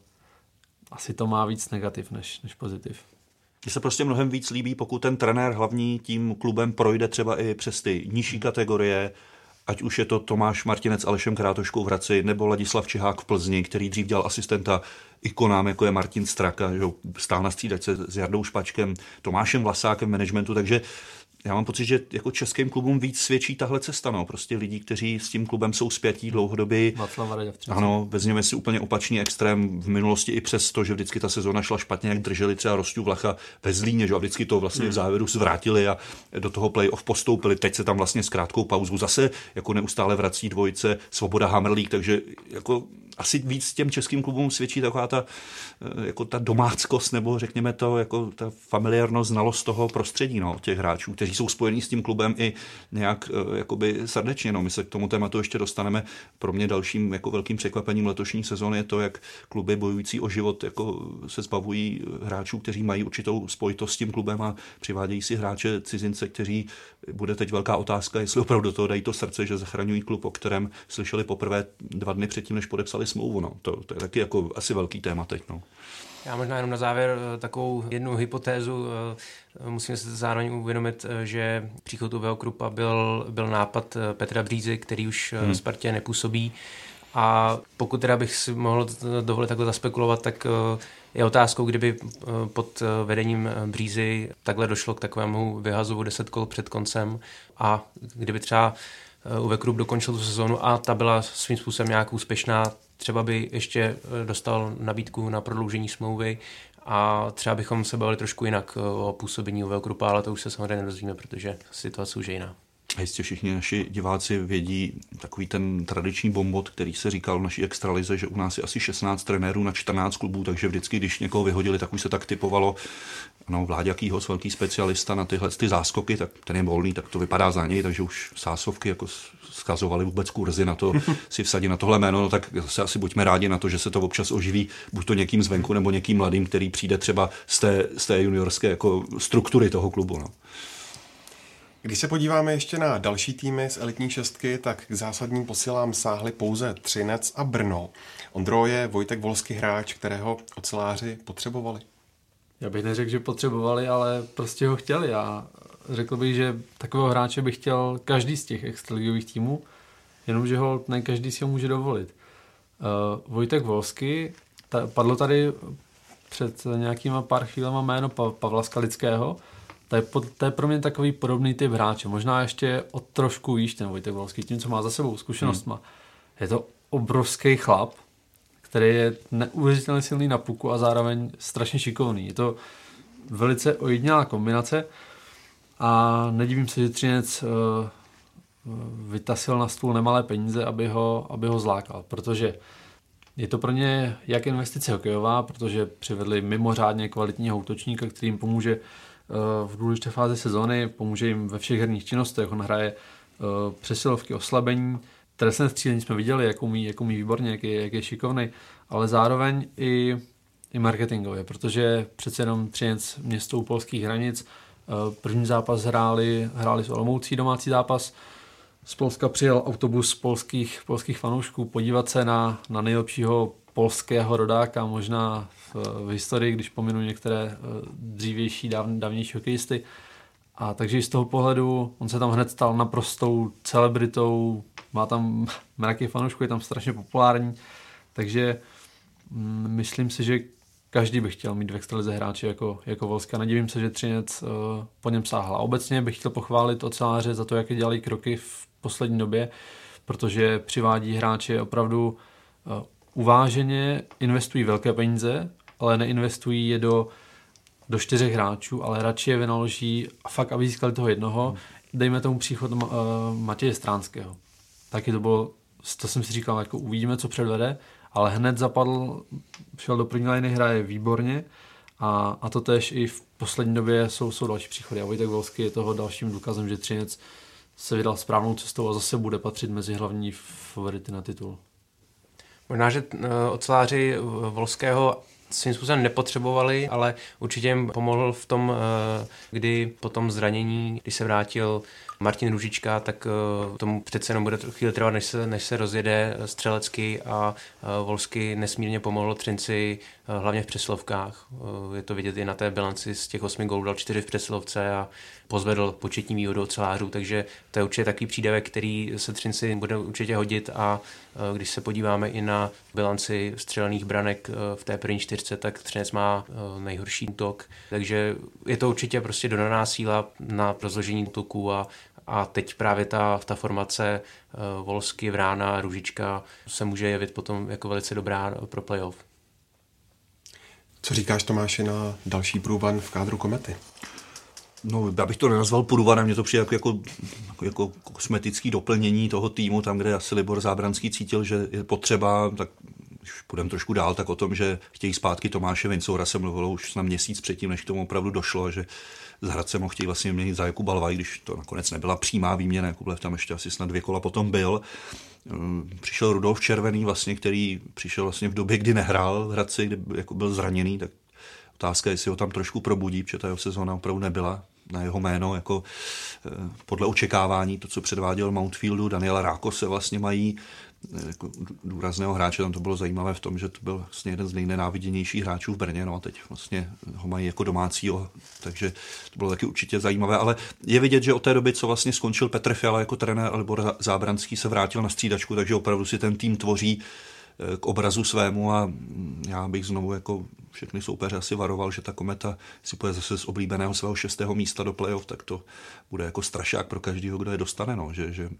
Asi to má víc negativ než pozitiv. Mně se prostě mnohem víc líbí, pokud ten trenér hlavní tím klubem projde třeba i přes ty nižší kategorie, ať už je to Tomáš Martinec Alešem Krátoškou v Hradci, nebo Ladislav Čihák v Plzni, který dřív dělal asistenta ikonám, jako je Martin Straka, že stál na střídačce s Jardou Špačkem, Tomášem Vlasákem v managementu, takže já mám pocit, že jako českým klubům víc svědčí tahle cesta, no. Prostě lidí, kteří s tím klubem jsou spjatí dlouhodobě. Ano, vezměme si úplně opačný extrém v minulosti i přes to, že vždycky ta sezóna šla špatně, jak drželi třeba Rosťu Vlacha ve Zlíně, že a vždycky to vlastně v závěru zvrátili a do toho play-off postoupili. Teď se tam vlastně s krátkou pauzou zase jako neustále vrací dvojice Svoboda Hamrlík, takže jako asi víc těm českým klubům svědčí taková ta, jako ta domáckost, nebo řekněme to, jako ta familiárnost, znalost toho prostředí, no, těch hráčů, kteří jsou spojení s tím klubem i nějak jakoby srdečně. No. My se k tomu tématu ještě dostaneme. Pro mě dalším jako velkým překvapením letošní sezóny je to, jak kluby bojující o život jako se zbavují hráčů, kteří mají určitou spojitost s tím klubem a přivádějí si hráče cizince, kteří bude teď velká otázka, jestli opravdu do toho dají to srdce, že zachraňují klub, o kterém slyšeli poprvé 2 dny předtím, než podepsali smlouvu. No. To je taky jako asi velký téma teď. No. Já možná jenom na závěr takovou jednu hypotézu. Musíme se zároveň uvědomit, že příchod Uweho Kruppa byl nápad Petra Břízy, který už v Spartě nepůsobí. A pokud teda bych si mohl dovolit takhle zaspekulovat, tak je otázkou, kdyby pod vedením Břízy takhle došlo k takovému vyhazovu 10 kol před koncem a kdyby třeba Uwe Krupp dokončil tu sezónu a ta byla svým způsobem nějak úspěšná, třeba by ještě dostal nabídku na prodloužení smlouvy a třeba bychom se bavili trošku jinak o působení Uweho Kruppa, ale to už se samozřejmě nedozvíme, protože situace už je jiná. A jistě všichni naši diváci vědí takový ten tradiční bombot, který se říkal v naší extralize, že u nás je asi 16 trenérů na 14 klubů, takže vždycky, když někoho vyhodili, tak už se tak typovalo, ano, Vláďa Kýhos, velký specialista na tyhle ty záskoky, tak ten je volný, tak to vypadá za něj, takže už sásovky jako zkazovali vůbec kurzy na to, si vsadit na tohle jméno, no tak se asi buďme rádi na to, že se to občas oživí, buď to někým zvenku, nebo někým mladým, který přijde třeba z té juniorské jako struktury toho klubu. No. Když se podíváme ještě na další týmy z elitní šestky, tak k zásadním posilám sáhli pouze Třinec a Brno. Ondro, je Vojtek Volský hráč, kterého oceláři potřebovali? Já bych neřekl, že potřebovali, ale prostě ho chtěli. A řekl bych, že takového hráče by chtěl každý z těch extraligových týmů, jenomže ho ne každý si ho může dovolit. Vojtek Volský, padlo tady před nějakýma pár chvílema jméno Pavla Skalického. To je pro mě takový podobný typ hráče. Možná ještě o trošku výš ten Vojtek Volský, tím, co má za sebou zkušenostma. Je to obrovský chlap, který je neuvěřitelně silný na puku a zároveň strašně šikovný. Je to velice ojedinělá kombinace a nedivím se, že Třinec vytasil na stůl nemalé peníze, aby ho zlákal, protože je to pro ně jak investice hokejová, protože přivedli mimořádně kvalitního útočníka, který jim pomůže v důležité fázi sezóny, pomůže jim ve všech herních činnostech, on hraje přesilovky, oslabení, trestné střílení jsme viděli, jak umí výborně, jak je šikovný, ale zároveň i marketingově, protože přece jenom Třinec město u polských hranic. První zápas hráli s Olomoucí, domácí zápas. Z Polska přijel autobus polských fanoušků podívat se na nejlepšího polského rodáka, možná v historii, když pominu některé dřívější, dávnější hokejisty. A takže i z toho pohledu on se tam hned stal naprostou celebritou, má tam mraky fanoušků, je tam strašně populární, takže myslím si, že každý by chtěl mít v extralize hráče jako Volska. Nedivím se, že Třinec po něm sáhla. Obecně bych chtěl pochválit oceláře za to, jaké dělají kroky v poslední době, protože přivádí hráče opravdu uváženě, investují velké peníze, ale neinvestují je do 4 hráčů, ale radši je vynaloží a fakt, aby získali toho jednoho. Dejme tomu příchod Matěje Stránského. Taky to bylo, to jsem si říkal, jako uvidíme, co předvede, ale hned šel do první liny, hraje výborně a to též i v poslední době jsou další příchody. A Vojtek Volský je toho dalším důkazem, že Třinec se vydal správnou cestou a zase bude patřit mezi hlavní favority na titul. Možná, že oceláři Volského svým způsobem nepotřebovali, ale určitě jim pomohl v tom, kdy po tom zranění, když se vrátil Martin Růžička, tak tomu přece jenom bude chvíli trvat, než se rozjede střelecky a Volsky nesmírně pomohlo Třinci, hlavně v přesilovkách. Je to vidět i na té bilanci, z těch 8 gólů dal 4 v přesilovce a pozvedl početní výhodu ocelářů, takže to je určitě takový přídavek, který se Třinci bude určitě hodit a když se podíváme i na bilanci střelených branek v té první 4, tak Třinec má nejhorší útok, takže je to určitě prostě dodaná síla na rozložení útoku a teď právě ta formace Volsky, Vrána, Růžička se může jevit potom jako velice dobrá pro playoff. Co říkáš, Tomáši, na další průvan v kádru Komety? No, já bych to nenazval průvanem, mně to přijde jako kosmetický doplnění toho týmu, tam, kde asi Libor Zábranský cítil, že je potřeba, tak když půjdeme trošku dál, tak o tom, že chtějí zpátky Tomáše Vincoura, se mluvilo už na měsíc předtím, než k tomu opravdu došlo, že z Hradcem ho chtějí vlastně měnit za Jakuba Lvaj, když to nakonec nebyla přímá výměna, Jakub Lev tam ještě asi snad 2 kola potom byl. Přišel Rudolf Červený, vlastně, který přišel vlastně v době, kdy nehrál v Hradci, kdy jako byl zraněný, tak otázka je, jestli ho tam trošku probudí, protože ta jeho sezóna opravdu nebyla na jeho jméno, jako podle očekávání, to, co předváděl Mountfieldu, Daniela Rákose vlastně mají jako důrazného hráče, tam to bylo zajímavé v tom, že to byl vlastně jeden z nejnenáviděnějších hráčů v Brně, no a teď vlastně ho mají jako domácího, takže to bylo taky určitě zajímavé, ale je vidět, že od té doby, co vlastně skončil Petr Fiala jako trenér, Libor Zábranský se vrátil na střídačku, takže opravdu si ten tým tvoří k obrazu svému a já bych znovu jako všechny soupeře asi varoval, že ta Kometa si půjde zase z oblíbeného svého 6. místa do playoff, tak to bude jako strašák pro každého, kdo je dostane. No.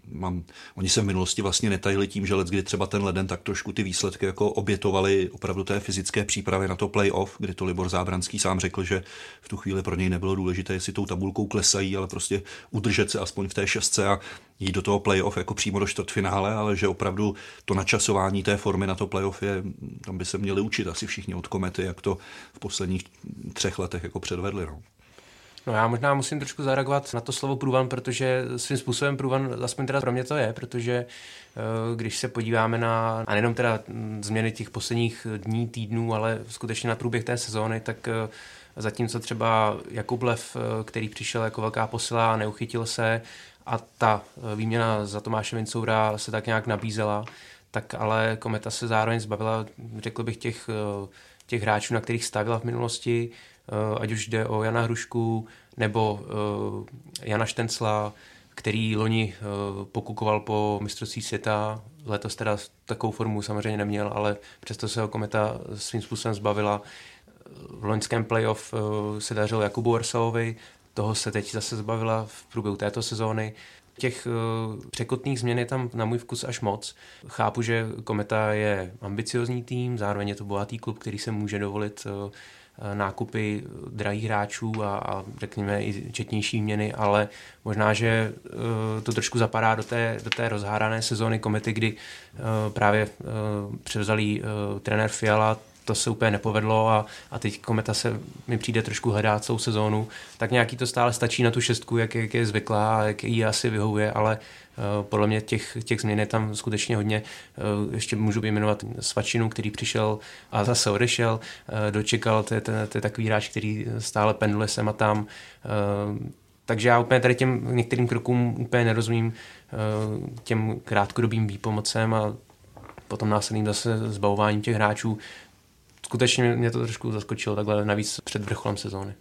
Oni se v minulosti vlastně netajili tím, že kdy třeba ten leden tak trošku ty výsledky jako obětovali opravdu té fyzické přípravy na to playoff, kdy to Libor Zábranský sám řekl, že v tu chvíli pro něj nebylo důležité, jestli tou tabulkou klesají, ale prostě udržet se aspoň v té 6 a jít do toho playoff jako přímo do čtvrtfinále, ale že opravdu to načasování té formy na to playoff je, tam by se měli učit asi všichni od Komety, jak to v posledních 3 letech jako předvedli. No já možná musím trošku zareagovat na to slovo průvan, protože svým způsobem průvan, aspoň teda pro mě to je, protože když se podíváme na, a nejenom teda změny těch posledních dní, týdnů, ale skutečně na průběh té sezóny, tak zatímco třeba Jakub Lev, který přišel jako velká posila a neuchytil se a ta výměna za Tomáše Vincoura se tak nějak nabízela, tak ale Kometa se zároveň zbavila, řekl bych, těch hráčů, na kterých stavila v minulosti, ať už jde o Jana Hrušku nebo Jana Štencla, který loni pokukoval po mistrovství světa, letos teda takovou formu samozřejmě neměl, ale přesto se ho Kometa svým způsobem zbavila. V loňském playoff se dařilo Jakubu Orsalovi, toho se teď zase zbavila v průběhu této sezóny. Těch překotných změn je tam na můj vkus až moc. Chápu, že Kometa je ambiciozní tým, zároveň je to bohatý klub, který se může dovolit nákupy drahých hráčů a řekněme i četnější výměny, ale možná, že to trošku zapadá do té rozhárané sezóny Komety, kdy právě převzali trenér Fiala to se úplně nepovedlo a teď Kometa se mi přijde trošku hledat celou sezónu, tak nějaký to stále stačí na tu šestku, jak je zvyklá a jak jí asi vyhovuje, ale podle mě těch změn je tam skutečně hodně. Ještě můžu vyjmenovat Svačinu, který přišel a zase odešel, dočekal, to je takový hráč, který stále pendluje sem a tam. Takže já úplně tady těm některým krokům úplně nerozumím, těm krátkodobým výpomocem a potom následným zase zbavováním těch hráčů. Skutečně mě to trošku zaskočilo takhle navíc před vrcholem sezóny.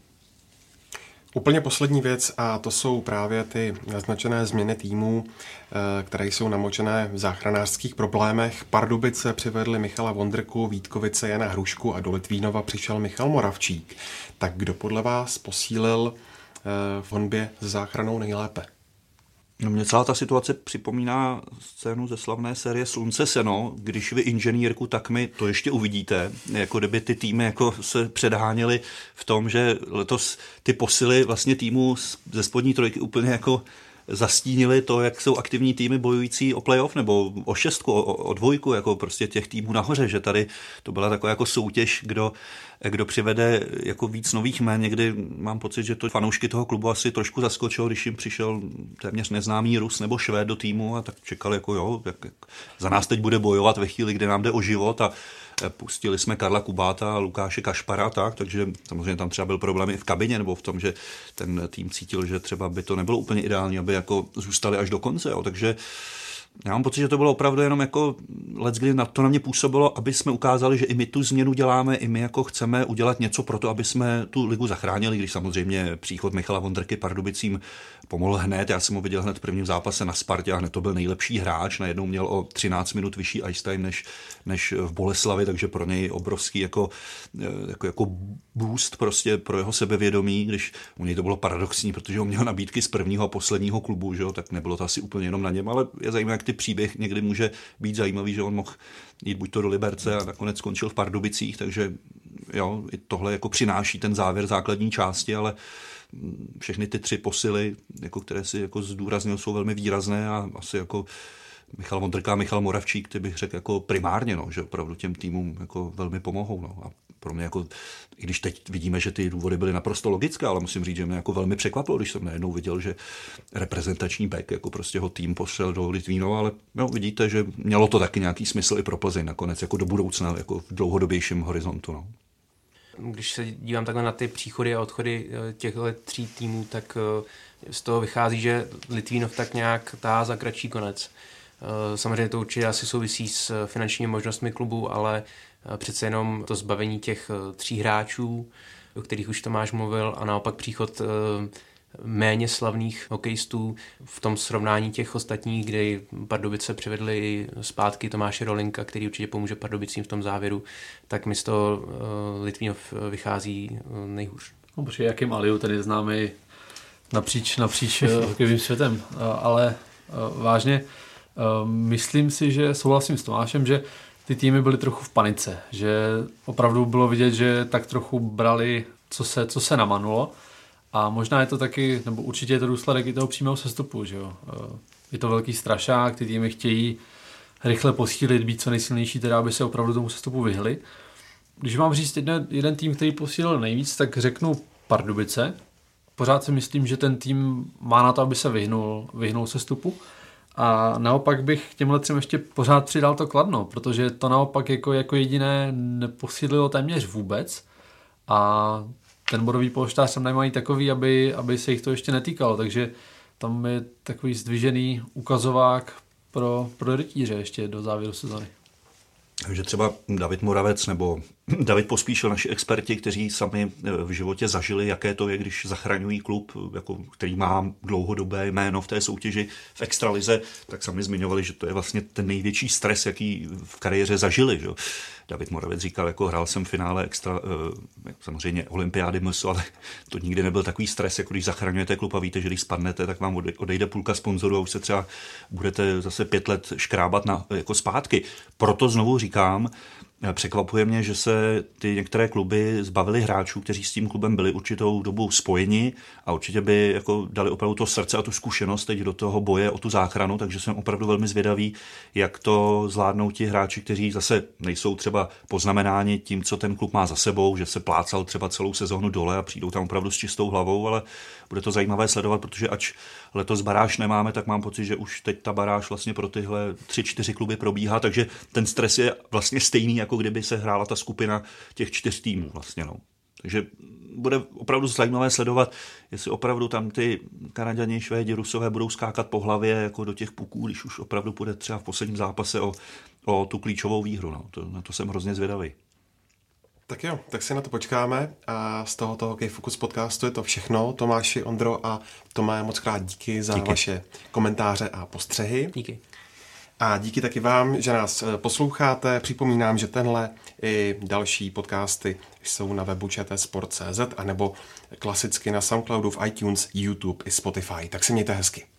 Úplně poslední věc a to jsou právě ty naznačené změny týmů, které jsou namočené v záchranářských problémech. Pardubice přivedli Michala Vondrku, Vítkovice Jana Hrušku a do Litvínova přišel Michal Moravčík. Tak kdo podle vás posílil v honbě s záchranou nejlépe? No, mě celá ta situace připomíná scénu ze slavné série Slunce seno, když vy inženýrku, tak mi to ještě uvidíte, jako kdyby ty týmy jako se předháněly v tom, že letos ty posily vlastně týmu ze spodní trojky úplně jako zastínili to, jak jsou aktivní týmy bojující o playoff nebo o šestku, o dvojku, jako prostě těch týmů nahoře, že tady to byla taková jako soutěž, kdo přivede jako víc nových jmén. Někdy mám pocit, že to fanoušky toho klubu asi trošku zaskočilo, když jim přišel téměř neznámý Rus nebo Švéd do týmu a tak čekali jako jo, jak za nás teď bude bojovat ve chvíli, kdy nám jde o život a pustili jsme Karla Kubáta a Lukáše Kašpara, takže samozřejmě tam třeba byl problém i v kabině nebo v tom, že ten tým cítil, že třeba by to nebylo úplně ideální, aby jako zůstali až do konce, jo. Takže já mám pocit, že to bylo opravdu jenom jako leckdy to na mě působilo, aby jsme ukázali, že i my tu změnu děláme, i my jako chceme udělat něco pro to, aby jsme tu ligu zachránili, když samozřejmě příchod Michala Vondrky Pardubicím pomohl hned. Já jsem ho viděl hned v prvním zápase na Spartě a hned to byl nejlepší hráč, najednou měl o 13 minut vyšší ice time než v Boleslavi, takže pro něj obrovský jako boost prostě pro jeho sebevědomí, když u něj to bylo paradoxní, protože on měl nabídky z prvního a posledního klubu, že jo, tak nebylo to asi úplně jenom na něm, ale je zajímavé, jak ty příběh někdy může být zajímavý, že on mohl jít buď to do Liberce a nakonec skončil v Pardubicích, takže jo, i tohle jako přináší ten závěr základní části, ale všechny ty tři posily, jako které si jako zdůraznil, jsou velmi výrazné a asi jako Michal Vondrka a Michal Moravčík, ty bych řekl jako primárně, no, že opravdu těm týmům jako velmi pomohou. No. A pro mě jako, i když teď vidíme, že ty důvody byly naprosto logické, ale musím říct, že mě jako velmi překvapilo, když jsem najednou viděl, že reprezentační back jako prostě ho tým pošel do Litvínova, ale no, vidíte, že mělo to taky nějaký smysl i pro Plzeň nakonec, jako do budoucna, jako v dlouhodobějším horizontu. No. Když se dívám takhle na ty příchody a odchody těchto tří týmů, tak z toho vychází, že Litvínov tak nějak táhá za kratší konec. Samozřejmě to určitě asi souvisí s finančními možnostmi klubu, ale přece jenom to zbavení těch tří hráčů, o kterých už Tomáš mluvil, a naopak příchod méně slavných hokejistů v tom srovnání těch ostatních, kdy Pardubice přivedli zpátky Tomáše Rolinka, který určitě pomůže Pardubicím v tom závěru, tak mi z toho Litvínov vychází nejhůř. No, protože Jakim Aliu tady známý napříč hokejovým světem, ale vážně myslím si, že souhlasím s Tomášem, že ty týmy byly trochu v panice, že opravdu bylo vidět, že tak trochu brali, co se namanulo. A možná je to taky, nebo určitě je to důsledek i toho přímého sestupu, že jo. Je to velký strašák, ty týmy chtějí rychle posílit, být co nejsilnější, teda aby se opravdu tomu sestupu vyhli. Když mám říct jeden tým, který posílil nejvíc, tak řeknu Pardubice. Pořád si myslím, že ten tým má na to, aby se vyhnul sestupu. A naopak bych těmhle třem ještě pořád přidal to Kladno, protože to naopak jako jediné neposílilo téměř vůbec. A ten bodový polštář tam nemají takový, aby se jich to ještě netýkalo, takže tam je takový zdvižený ukazovák pro rytíře ještě do závěru sezony. Takže třeba David Moravec nebo David Pospíšil, naši experti, kteří sami v životě zažili, jaké to je, když zachraňují klub, jako, který má dlouhodobé jméno v té soutěži v extralize, tak sami zmiňovali, že to je vlastně ten největší stres, jaký v kariéře zažili. Že? David Moravec říkal, jako hrál jsem v finále samozřejmě olympiády MSO, ale to nikdy nebyl takový stres, jako když zachraňujete klub a víte, že když spadnete, tak vám odejde půlka sponzorů a už se třeba budete zase 5 let škrábat jako zpátky. Proto znovu říkám, Překvapuje mě, že se ty některé kluby zbavily hráčů, kteří s tím klubem byli určitou dobu spojeni a určitě by jako dali opravdu to srdce a tu zkušenost teď do toho boje o tu záchranu, takže jsem opravdu velmi zvědavý, jak to zvládnou ti hráči, kteří zase nejsou třeba poznamenáni tím, co ten klub má za sebou, že se plácal třeba celou sezónu dole a přijdou tam opravdu s čistou hlavou, ale bude to zajímavé sledovat, protože ač letos baráž nemáme, tak mám pocit, že už teď ta baráž vlastně pro tyhle 3-4 kluby probíhá, takže ten stres je vlastně stejný, jako kdyby se hrála ta skupina těch 4 týmů vlastně, no. Takže bude opravdu zajímavé sledovat, jestli opravdu tam ty Kanaďani, Švédi, Rusové budou skákat po hlavě jako do těch puků, když už opravdu půjde třeba v posledním zápase o tu klíčovou výhru, no. Na to jsem hrozně zvědavý. Tak jo, tak si na to počkáme a z tohoto Hokej Focus podcastu je to všechno. Tomáši, Ondro a Tome, moc krát díky za vaše komentáře a postřehy. Díky. A díky taky vám, že nás posloucháte. Připomínám, že tenhle i další podcasty jsou na webu čtsport.cz anebo klasicky na Soundcloudu, v iTunes, YouTube i Spotify. Tak se mějte hezky.